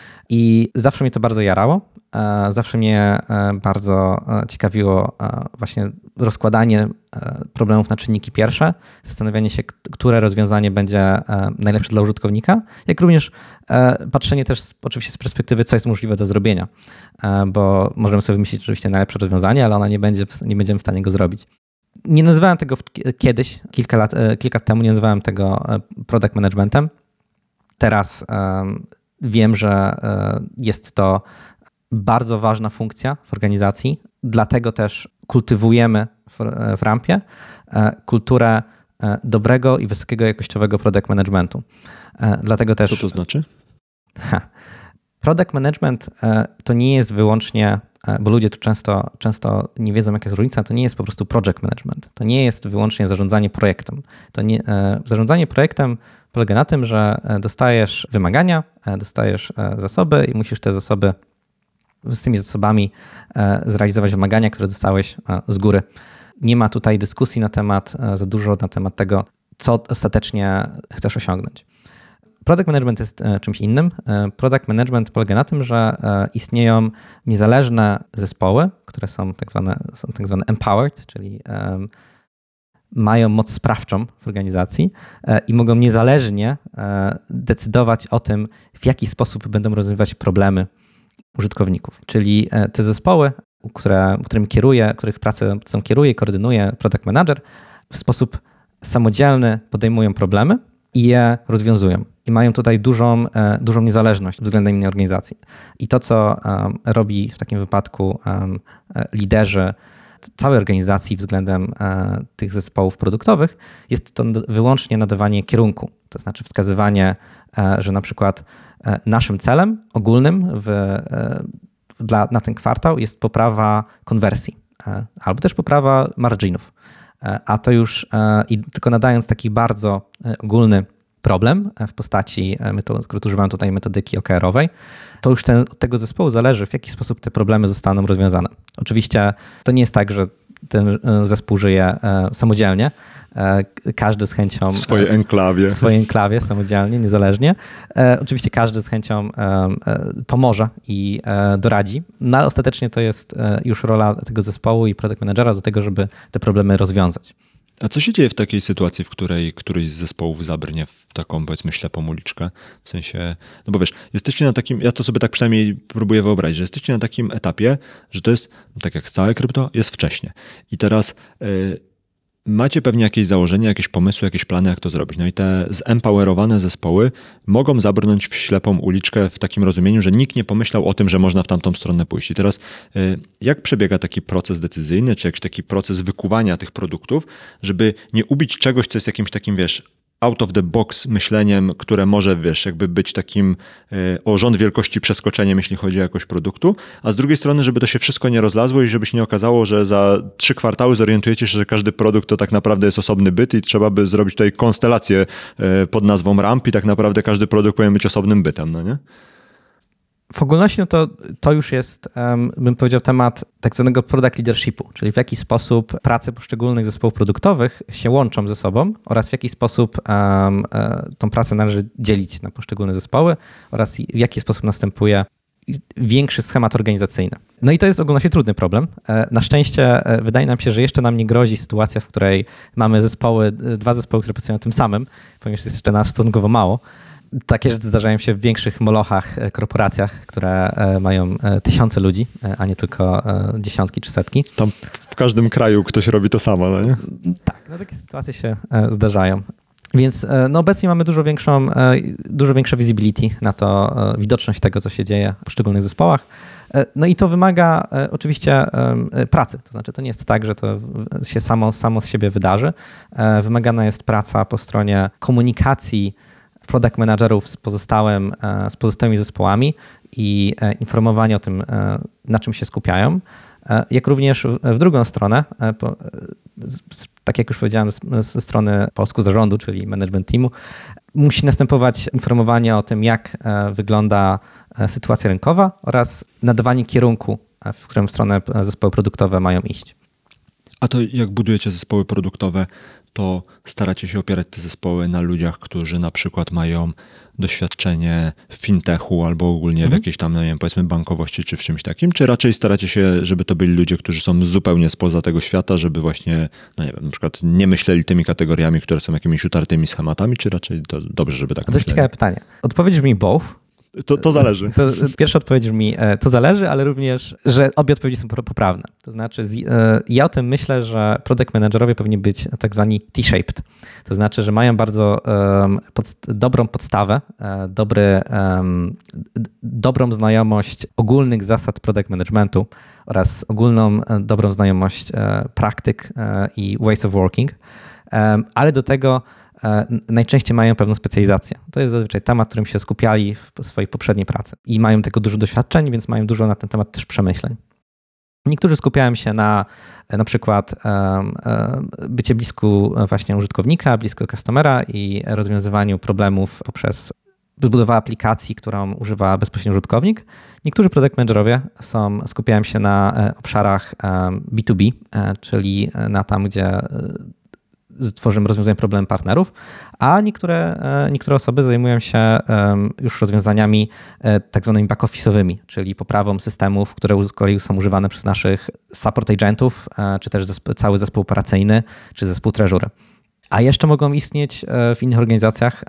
I zawsze mnie to bardzo jarało. Zawsze mnie bardzo ciekawiło właśnie rozkładanie problemów na czynniki pierwsze, zastanawianie się, które rozwiązanie będzie najlepsze dla użytkownika, jak również patrzenie też oczywiście z perspektywy, co jest możliwe do zrobienia, bo możemy sobie wymyślić oczywiście najlepsze rozwiązanie, ale ona nie będzie, nie będziemy w stanie go zrobić. Nie nazywałem tego w, kiedyś, kilka lat, kilka lat temu nie nazywałem tego product managementem. Teraz um, wiem, że um, jest to bardzo ważna funkcja w organizacji, dlatego też kultywujemy w, w Rampie um, kulturę um, dobrego i wysokiego jakościowego product managementu. Um, dlatego też... Co to znaczy? Ha, product management um, to nie jest wyłącznie, bo ludzie tu często, często nie wiedzą, jaka jest różnica, to nie jest po prostu project management. To nie jest wyłącznie zarządzanie projektem. To nie, zarządzanie projektem polega na tym, że dostajesz wymagania, dostajesz zasoby i musisz te zasoby, z tymi zasobami zrealizować wymagania, które dostałeś z góry. Nie ma tutaj dyskusji na temat, za dużo na temat tego, co ostatecznie chcesz osiągnąć. Product management jest czymś innym. Product management polega na tym, że istnieją niezależne zespoły, które są tak zwane, są tak zwane empowered, czyli um, mają moc sprawczą w organizacji i mogą niezależnie decydować o tym, w jaki sposób będą rozwiązywać problemy użytkowników. Czyli te zespoły, które, którymi kieruje, których pracę kieruje i koordynuje product manager, w sposób samodzielny podejmują problemy i je rozwiązują. I mają tutaj dużą, dużą niezależność względem innej organizacji. I to, co um, robi w takim wypadku um, liderzy całej organizacji względem um, tych zespołów produktowych, jest to wyłącznie nadawanie kierunku. To znaczy wskazywanie, um, że na przykład um, naszym celem ogólnym w, um, dla, na ten kwartał jest poprawa konwersji um, albo też poprawa marginów. Um, a to już um, i tylko nadając taki bardzo um, ogólny problem w postaci, metod, używam tutaj metodyki O K R-owej, to już ten, od tego zespołu zależy, w jaki sposób te problemy zostaną rozwiązane. Oczywiście to nie jest tak, że ten zespół żyje samodzielnie. Każdy z chęcią... W swojej enklawie. W swojej enklawie, samodzielnie, niezależnie. Oczywiście każdy z chęcią pomoże i doradzi, no ale ostatecznie to jest już rola tego zespołu i product managera do tego, żeby te problemy rozwiązać. A co się dzieje w takiej sytuacji, w której któryś z zespołów zabrnie w taką, powiedzmy, ślepą uliczkę? W sensie, no bo wiesz, jesteście na takim, ja to sobie tak przynajmniej próbuję wyobrazić, że jesteście na takim etapie, że to jest, tak jak z całej krypto, jest wcześnie. I teraz yy, macie pewnie jakieś założenia, jakieś pomysły, jakieś plany, jak to zrobić. No i te zempowerowane zespoły mogą zabrnąć w ślepą uliczkę w takim rozumieniu, że nikt nie pomyślał o tym, że można w tamtą stronę pójść. I teraz jak przebiega taki proces decyzyjny, czy jakiś taki proces wykuwania tych produktów, żeby nie ubić czegoś, co jest jakimś takim, wiesz, out of the box myśleniem, które może, wiesz, jakby być takim y, o rząd wielkości przeskoczeniem, jeśli chodzi o jakość produktu, a z drugiej strony, żeby to się wszystko nie rozlazło i żeby się nie okazało, że za trzy kwartały zorientujecie się, że każdy produkt to tak naprawdę jest osobny byt i trzeba by zrobić tutaj konstelację y, pod nazwą ramp i tak naprawdę każdy produkt powinien być osobnym bytem, no nie? W ogólności no to, to już jest, um, bym powiedział, temat tak zwanego product leadershipu, czyli w jaki sposób prace poszczególnych zespołów produktowych się łączą ze sobą oraz w jaki sposób um, tą pracę należy dzielić na poszczególne zespoły oraz w jaki sposób następuje większy schemat organizacyjny. No i to jest ogólnie trudny problem. Na szczęście wydaje nam się, że jeszcze nam nie grozi sytuacja, w której mamy zespoły, dwa zespoły, które pracują na tym samym, ponieważ jest jeszcze nas stosunkowo mało. Takie rzeczy zdarzają się w większych molochach, korporacjach, które mają tysiące ludzi, a nie tylko dziesiątki czy setki. Tam w każdym kraju ktoś robi to samo, no nie? Tak, no takie sytuacje się zdarzają. Więc no obecnie mamy dużo większą, dużo większe visibility na to, widoczność tego, co się dzieje w poszczególnych zespołach. No i to wymaga oczywiście pracy. To znaczy to nie jest tak, że to się samo, samo z siebie wydarzy. Wymagana jest praca po stronie komunikacji product managerów z, pozostałym, z pozostałymi zespołami i informowanie o tym, na czym się skupiają, jak również w drugą stronę, tak jak już powiedziałem, ze strony polskiego zarządu, czyli management teamu, musi następować informowanie o tym, jak wygląda sytuacja rynkowa oraz nadawanie kierunku, w którą stronę zespoły produktowe mają iść. A to jak budujecie zespoły produktowe, to staracie się opierać te zespoły na ludziach, którzy na przykład mają doświadczenie w fintechu albo ogólnie mhm. w jakiejś tam, no nie wiem, powiedzmy bankowości czy w czymś takim, czy raczej staracie się, żeby to byli ludzie, którzy są zupełnie spoza tego świata, żeby właśnie, no nie wiem, na przykład nie myśleli tymi kategoriami, które są jakimiś utartymi schematami, czy raczej to dobrze, żeby tak To jest myśleli? ciekawe pytanie. Odpowiedź brzmi both. To, to zależy. To pierwsza odpowiedź brzmi, to zależy, ale również, że obie odpowiedzi są poprawne. To znaczy, ja o tym myślę, że product managerowie powinni być tak zwani T-shaped. To znaczy, że mają bardzo um, pod, dobrą podstawę, dobry, um, dobrą znajomość ogólnych zasad product managementu oraz ogólną dobrą znajomość praktyk i ways of working, um, ale do tego najczęściej mają pewną specjalizację. To jest zazwyczaj temat, którym się skupiali w swojej poprzedniej pracy i mają tego dużo doświadczeń, więc mają dużo na ten temat też przemyśleń. Niektórzy skupiają się na na przykład um, um, bycie blisku właśnie użytkownika, blisko customera i rozwiązywaniu problemów poprzez budowę aplikacji, którą używa bezpośrednio użytkownik. Niektórzy product managerowie są, skupiają się na obszarach um, B dwa B, czyli na tam, gdzie tworzymy rozwiązania problemów partnerów, a niektóre, niektóre osoby zajmują się już rozwiązaniami tak zwanymi back-office'owymi, czyli poprawą systemów, które z kolei są używane przez naszych support agentów, czy też zespo- cały zespół operacyjny, czy zespół treasury. A jeszcze mogą istnieć w innych organizacjach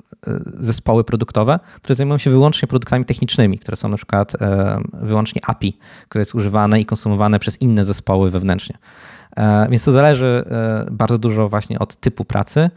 zespoły produktowe, które zajmują się wyłącznie produktami technicznymi, które są na przykład wyłącznie A P I, które jest używane i konsumowane przez inne zespoły wewnętrznie. Więc to zależy bardzo dużo właśnie od typu pracy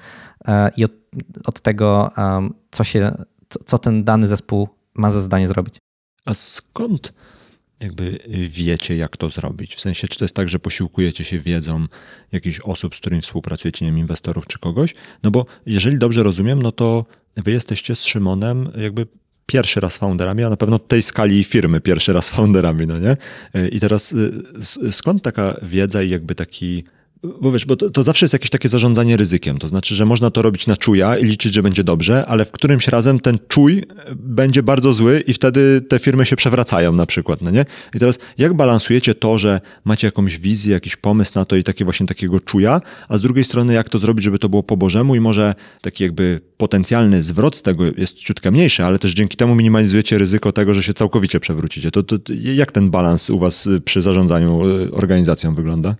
i od, od tego, co, się, co, co ten dany zespół ma za zadanie zrobić. A skąd jakby wiecie, jak to zrobić? W sensie, czy to jest tak, że posiłkujecie się wiedzą jakichś osób, z którymi współpracujecie, nie wiem, inwestorów czy kogoś? No bo jeżeli dobrze rozumiem, no to wy jesteście z Szymonem jakby pierwszy raz founderami, a na pewno tej skali firmy pierwszy raz founderami, no nie? I teraz skąd taka wiedza i jakby taki... Bo wiesz, bo to, to zawsze jest jakieś takie zarządzanie ryzykiem, to znaczy, że można to robić na czuja i liczyć, że będzie dobrze, ale w którymś razem ten czuj będzie bardzo zły i wtedy te firmy się przewracają na przykład, no nie? I teraz jak balansujecie to, że macie jakąś wizję, jakiś pomysł na to i takie właśnie takiego czuja, a z drugiej strony jak to zrobić, żeby to było po Bożemu i może taki jakby potencjalny zwrot z tego jest ciutkę mniejszy, ale też dzięki temu minimalizujecie ryzyko tego, że się całkowicie przewrócicie. To, to jak ten balans u was przy zarządzaniu organizacją wygląda?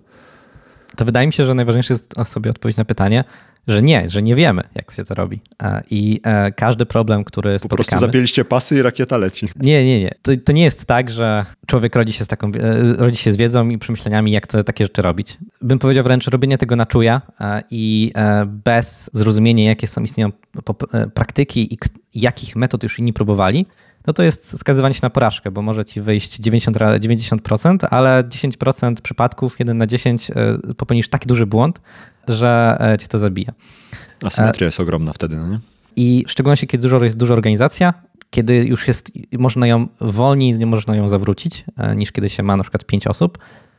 To wydaje mi się, że najważniejsze jest sobie odpowiedzieć na pytanie, że nie, że nie wiemy, jak się to robi. I każdy problem, który spotykamy... Po prostu zapięliście pasy i rakieta leci. Nie, nie, nie. To, to nie jest tak, że człowiek rodzi się z taką, rodzi się z wiedzą i przemyśleniami, jak to, takie rzeczy robić. Bym powiedział wręcz, robienie tego na czuja i bez zrozumienia, jakie są istnieją praktyki i jakich metod już inni próbowali, no to jest skazywanie się na porażkę, bo może ci wyjść dziewięćdziesiąt procent, ale dziesięć procent przypadków, jeden na dziesięć popełnisz taki duży błąd, że cię to zabija. Asymetria jest ogromna wtedy, no nie? I w szczególności, kiedy dużo jest duża organizacja, kiedy już jest, można ją wolniej, nie można ją zawrócić, niż kiedy się ma na przykład pięć osób,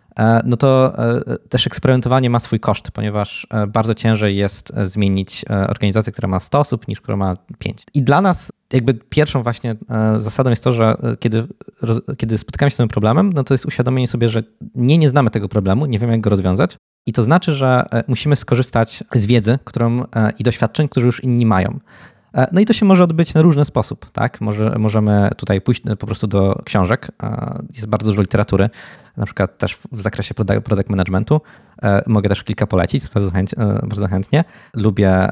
no to też eksperymentowanie ma swój koszt, ponieważ bardzo ciężej jest zmienić organizację, która ma sto osób, niż która ma pięć. I dla nas jakby pierwszą właśnie zasadą jest to, że kiedy, kiedy spotykamy się z tym problemem, no to jest uświadomienie sobie, że nie, nie znamy tego problemu, nie wiemy, jak go rozwiązać. I to znaczy, że musimy skorzystać z wiedzy, którą i doświadczeń, które już inni mają. No i to się może odbyć na różny sposób, tak? Może, możemy tutaj pójść po prostu do książek. Jest bardzo dużo literatury, na przykład też w zakresie product managementu. Mogę też kilka polecić bardzo, chęć, bardzo chętnie. Lubię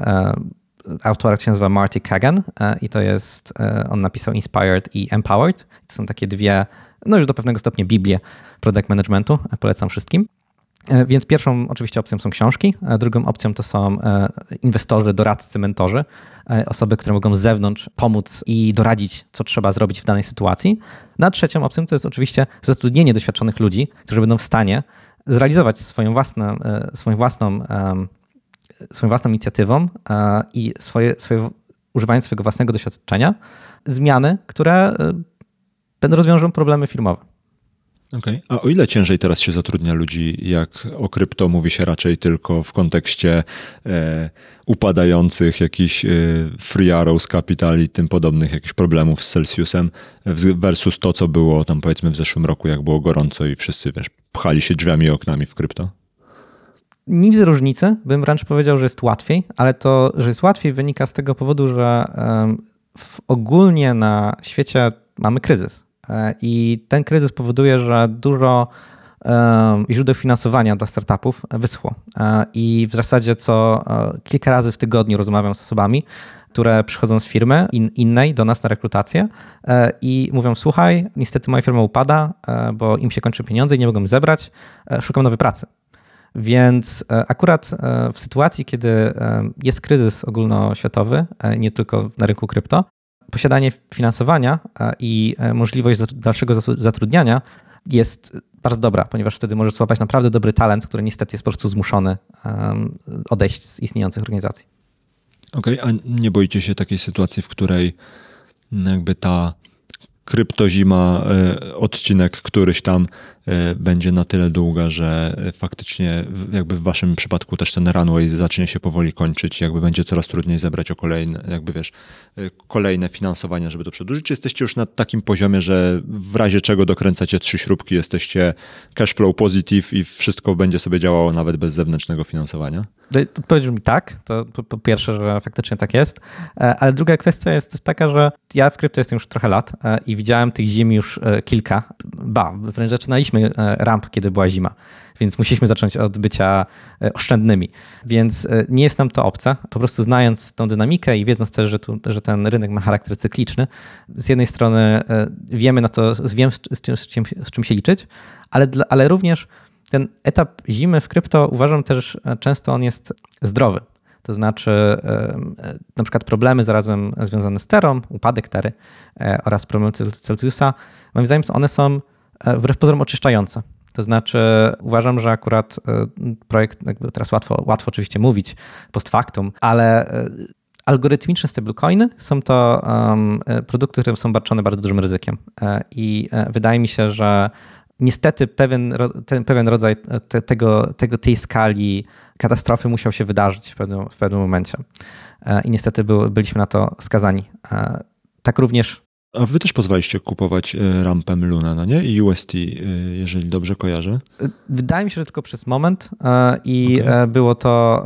autora, który się nazywa Marty Kagan i to jest, on napisał Inspired i Empowered. To są takie dwie, no już do pewnego stopnia Biblie product managementu. Polecam wszystkim. Więc pierwszą oczywiście opcją są książki, a drugą opcją to są inwestorzy, doradcy, mentorzy, osoby, które mogą z zewnątrz pomóc i doradzić, co trzeba zrobić w danej sytuacji. No a trzecią opcją to jest oczywiście zatrudnienie doświadczonych ludzi, którzy będą w stanie zrealizować swoją własną, swoją własną, swoją własną inicjatywą i swoje, swoje, używając swojego własnego doświadczenia zmiany, które będą rozwiążą problemy firmowe. Okej. Okay. A o ile ciężej teraz się zatrudnia ludzi, jak o krypto mówi się raczej tylko w kontekście e, upadających jakichś e, free arrows capital i tym podobnych jakichś problemów z Celsiusem versus to, co było tam powiedzmy w zeszłym roku, jak było gorąco i wszyscy, wiesz, pchali się drzwiami i oknami w krypto? Nie widzę różnicy, bym wręcz powiedział, że jest łatwiej, ale to, że jest łatwiej wynika z tego powodu, że um, w, ogólnie na świecie mamy kryzys. I ten kryzys powoduje, że dużo um, źródeł finansowania dla startupów wyschło. I w zasadzie co kilka razy w tygodniu rozmawiam z osobami, które przychodzą z firmy in, innej do nas na rekrutację e, i mówią, słuchaj, niestety moja firma upada, e, bo im się kończą pieniądze i nie mogą zebrać, e, szukam nowej pracy. Więc e, akurat e, w sytuacji, kiedy e, jest kryzys ogólnoświatowy, e, nie tylko na rynku krypto, posiadanie finansowania e, i e, możliwość zat- dalszego zatru- zatrudniania jest bardzo dobra, ponieważ wtedy możesz złapać naprawdę dobry talent, który niestety jest po prostu zmuszony um, odejść z istniejących organizacji. Okej, okay, a nie boicie się takiej sytuacji, w której jakby ta kryptozima, y, odcinek któryś tam y, będzie na tyle długa, że faktycznie jakby w waszym przypadku też ten runway zacznie się powoli kończyć, jakby będzie coraz trudniej zebrać o kolejne, jakby wiesz, y, kolejne finansowania, żeby to przedłużyć. Czy jesteście już na takim poziomie, że w razie czego dokręcacie trzy śrubki, jesteście cash flow positive i wszystko będzie sobie działało nawet bez zewnętrznego finansowania? Odpowiedź mi tak, to po, po pierwsze, że faktycznie tak jest, ale druga kwestia jest też taka, że ja w krypto jestem już trochę lat i widziałem tych zim już kilka, ba, wręcz zaczynaliśmy ramp, kiedy była zima, więc musieliśmy zacząć od bycia oszczędnymi, więc nie jest nam to obce, po prostu znając tą dynamikę i wiedząc też, że, tu, że ten rynek ma charakter cykliczny, z jednej strony wiemy na to, wiemy z czym, z czym, z czym się liczyć, ale, dla, ale również ten etap zimy w krypto uważam też często on jest zdrowy. To znaczy na przykład problemy zarazem związane z Terą, upadek Tery oraz problemy Celsiusa, moim zdaniem one są wbrew pozorom oczyszczające. To znaczy uważam, że akurat projekt, jakby teraz łatwo, łatwo oczywiście mówić post factum, ale algorytmiczne stablecoiny są to um, produkty, które są barczone bardzo dużym ryzykiem i wydaje mi się, że niestety pewien, ten, pewien rodzaj te, tego, tego, tej skali katastrofy musiał się wydarzyć w pewnym, w pewnym momencie. I niestety był, byliśmy na to skazani. Tak również. A wy też pozwaliście kupować rampem Luna, no nie? I U S T, jeżeli dobrze kojarzę. Wydaje mi się, że tylko przez moment i okay. było to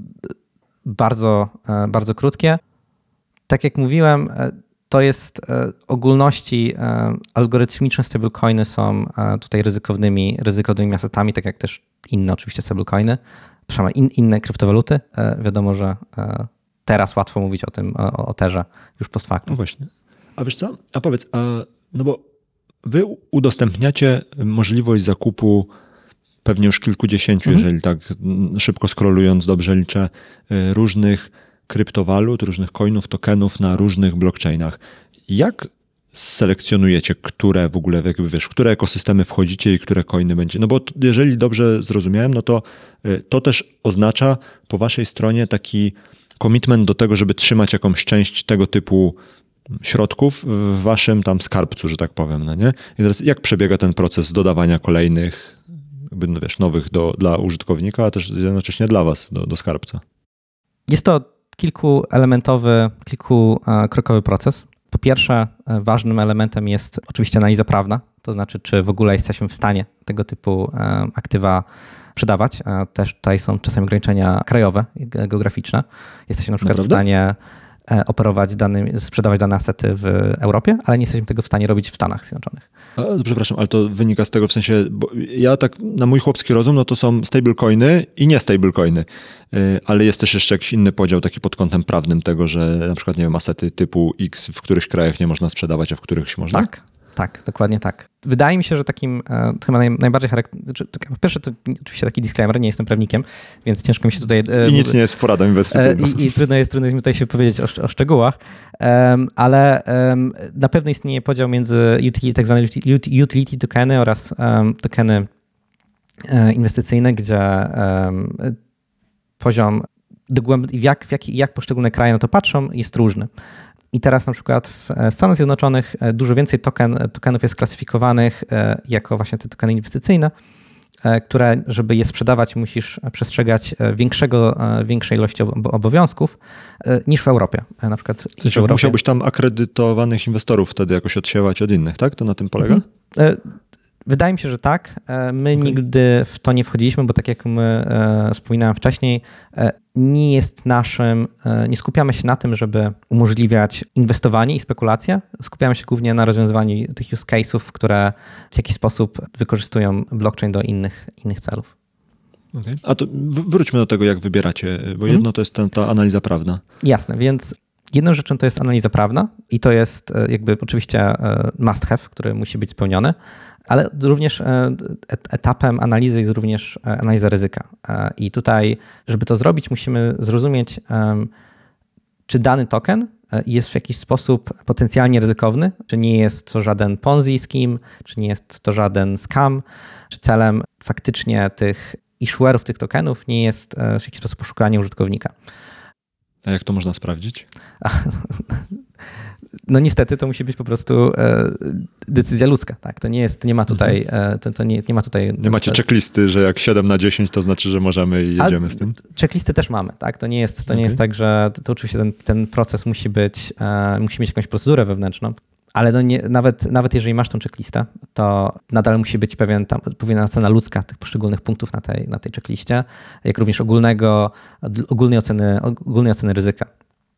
bardzo, bardzo krótkie. Tak jak mówiłem, to jest ogólności algorytmiczne stablecoiny są tutaj ryzykownymi, ryzykownymi asetami, tak jak też inne oczywiście stablecoiny, przynajmniej in, inne kryptowaluty. Wiadomo, że teraz łatwo mówić o tym, o, o Terze już post factum. No właśnie. A wiesz co? A powiedz, a, no bo wy udostępniacie możliwość zakupu pewnie już kilkudziesięciu, mhm. jeżeli tak szybko scrollując, dobrze liczę, różnych kryptowalut, różnych coinów, tokenów na różnych blockchainach. Jak selekcjonujecie, które w ogóle, jakby wiesz, w które ekosystemy wchodzicie i które coiny będzie? No bo jeżeli dobrze zrozumiałem, no to to też oznacza po waszej stronie taki commitment do tego, żeby trzymać jakąś część tego typu środków w waszym tam skarbcu, że tak powiem, no nie? I teraz jak przebiega ten proces dodawania kolejnych, jakby, no wiesz, nowych do, dla użytkownika, a też jednocześnie dla was do, do skarbca? Jest to kilkuelementowy, kilkukrokowy proces. Po pierwsze, ważnym elementem jest oczywiście analiza prawna, to znaczy, czy w ogóle jesteśmy w stanie tego typu aktywa sprzedawać. Też tutaj są czasami ograniczenia krajowe, geograficzne. Jesteśmy na przykład Naprawdę? w stanie operować danymi, sprzedawać dane asety w Europie, ale nie jesteśmy tego w stanie robić w Stanach Zjednoczonych. A, przepraszam, ale to wynika z tego w sensie, bo ja tak na mój chłopski rozum, no to są stablecoiny i nie stablecoiny, yy, ale jest też jeszcze jakiś inny podział taki pod kątem prawnym tego, że na przykład, nie wiem, asety typu X w których krajach nie można sprzedawać, a w których można? Tak. Tak, dokładnie tak. Wydaje mi się, że takim e, chyba naj, najbardziej charakterystycznym, po pierwsze to oczywiście taki disclaimer, nie jestem prawnikiem, więc ciężko mi się tutaj... E, I nic nie jest poradą inwestycyjną. E, I i trudno, jest, trudno jest mi tutaj się powiedzieć o, o szczegółach, um, ale um, na pewno istnieje podział między utility, tak zwane utility tokeny oraz um, tokeny e, inwestycyjne, gdzie um, poziom, dogłęb, jak, jak, jak poszczególne kraje na to patrzą, jest różny. I teraz na przykład w Stanach Zjednoczonych dużo więcej token, tokenów jest klasyfikowanych jako właśnie te tokeny inwestycyjne, które, żeby je sprzedawać, musisz przestrzegać większego, większej ilości obowiązków niż w Europie. Na przykład w Europie. Musiałbyś tam akredytowanych inwestorów wtedy jakoś odsiewać od innych, tak? To na tym polega? Mhm. Wydaje mi się, że tak. My okay. nigdy w to nie wchodziliśmy, bo tak jak my e, wspominałem wcześniej, e, nie jest naszym, e, nie skupiamy się na tym, żeby umożliwiać inwestowanie i spekulacje. Skupiamy się głównie na rozwiązywaniu tych use case'ów, które w jakiś sposób wykorzystują blockchain do innych, innych celów. Okay. A to wróćmy do tego, jak wybieracie, bo jedno hmm. to jest ta, ta analiza prawna. Jasne, więc Jedną rzeczą to jest analiza prawna i to jest jakby oczywiście must have, który musi być spełniony, ale również etapem analizy jest również analiza ryzyka. I tutaj, żeby to zrobić, musimy zrozumieć, czy dany token jest w jakiś sposób potencjalnie ryzykowny, czy nie jest to żaden Ponzi scheme, czy nie jest to żaden scam, czy celem faktycznie tych issuerów tych tokenów nie jest w jakiś sposób poszukanie użytkownika. A jak to można sprawdzić? No niestety to musi być po prostu decyzja ludzka, tak? To nie jest, nie ma tutaj, to, to nie, nie ma tutaj... Nie macie checklisty, że jak siedem na dziesięć to znaczy, że możemy i jedziemy A z tym? Checklisty też mamy, tak? To nie jest, to okay. nie jest tak, że to, to oczywiście ten, ten proces musi być, musi mieć jakąś procedurę wewnętrzną, ale no nie, nawet, nawet jeżeli masz tą checklistę, to nadal musi być pewien, tam, pewna ocena ludzka tych poszczególnych punktów na tej, na tej checkliście, jak również ogólnego, ogólnej oceny, ogólnej oceny ryzyka.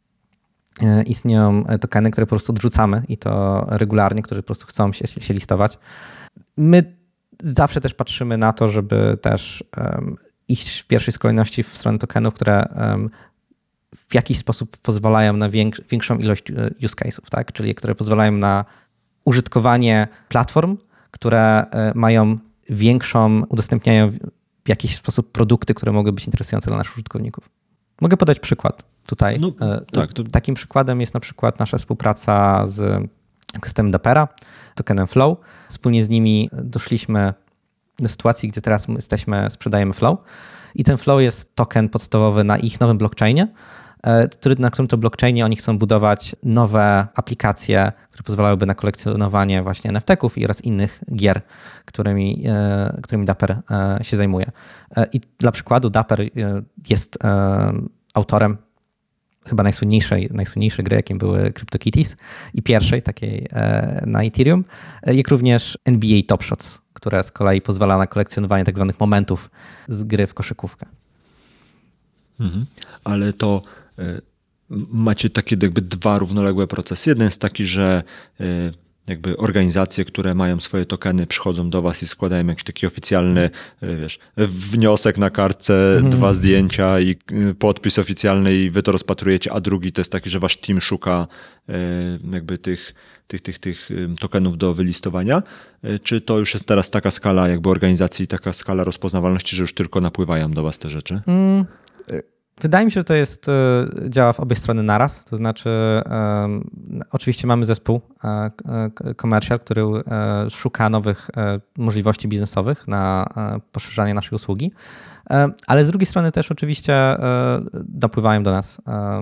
Istnieją tokeny, które po prostu odrzucamy i to regularnie, które po prostu chcą się, się listować. My zawsze też patrzymy na to, żeby też um, iść w pierwszej kolejności w stronę tokenów, które um, w jakiś sposób pozwalają na większ, większą ilość use case'ów, tak? Czyli które pozwalają na użytkowanie platform, które mają większą, udostępniają w jakiś sposób produkty, które mogą być interesujące dla naszych użytkowników. Mogę podać przykład tutaj. No, tak, to... Takim przykładem jest na przykład nasza współpraca z systemem Dapera, tokenem Flow. Wspólnie z nimi doszliśmy do sytuacji, gdzie teraz jesteśmy, sprzedajemy Flow i ten Flow jest token podstawowy na ich nowym blockchainie, który, na którym to blockchainie oni chcą budować nowe aplikacje, które pozwalałyby na kolekcjonowanie właśnie en ef teków i oraz innych gier, którymi, którymi Dapper się zajmuje. I dla przykładu Dapper jest autorem chyba najsłynniejszej, najsłynniejszej gry, jakim były CryptoKitties i pierwszej takiej na Ethereum, jak również N B A Top Shots, które z kolei pozwala na kolekcjonowanie tak zwanych momentów z gry w koszykówkę. Mhm. Ale to y, macie takie jakby dwa równoległe procesy. Jeden jest taki, że y, jakby organizacje, które mają swoje tokeny, przychodzą do was i składają jakiś taki oficjalny, wiesz, wniosek na kartce, mm. dwa zdjęcia i podpis oficjalny i wy to rozpatrujecie, a drugi to jest taki, że wasz team szuka jakby tych, tych, tych, tych tokenów do wylistowania. Czy to już jest teraz taka skala jakby organizacji, taka skala rozpoznawalności, że już tylko napływają do was te rzeczy? Mm. Wydaje mi się, że to jest, działa w obie strony naraz, to znaczy um, oczywiście mamy zespół uh, commercial, który uh, szuka nowych uh, możliwości biznesowych na uh, poszerzanie naszej usługi, uh, ale z drugiej strony też oczywiście uh, dopływają do nas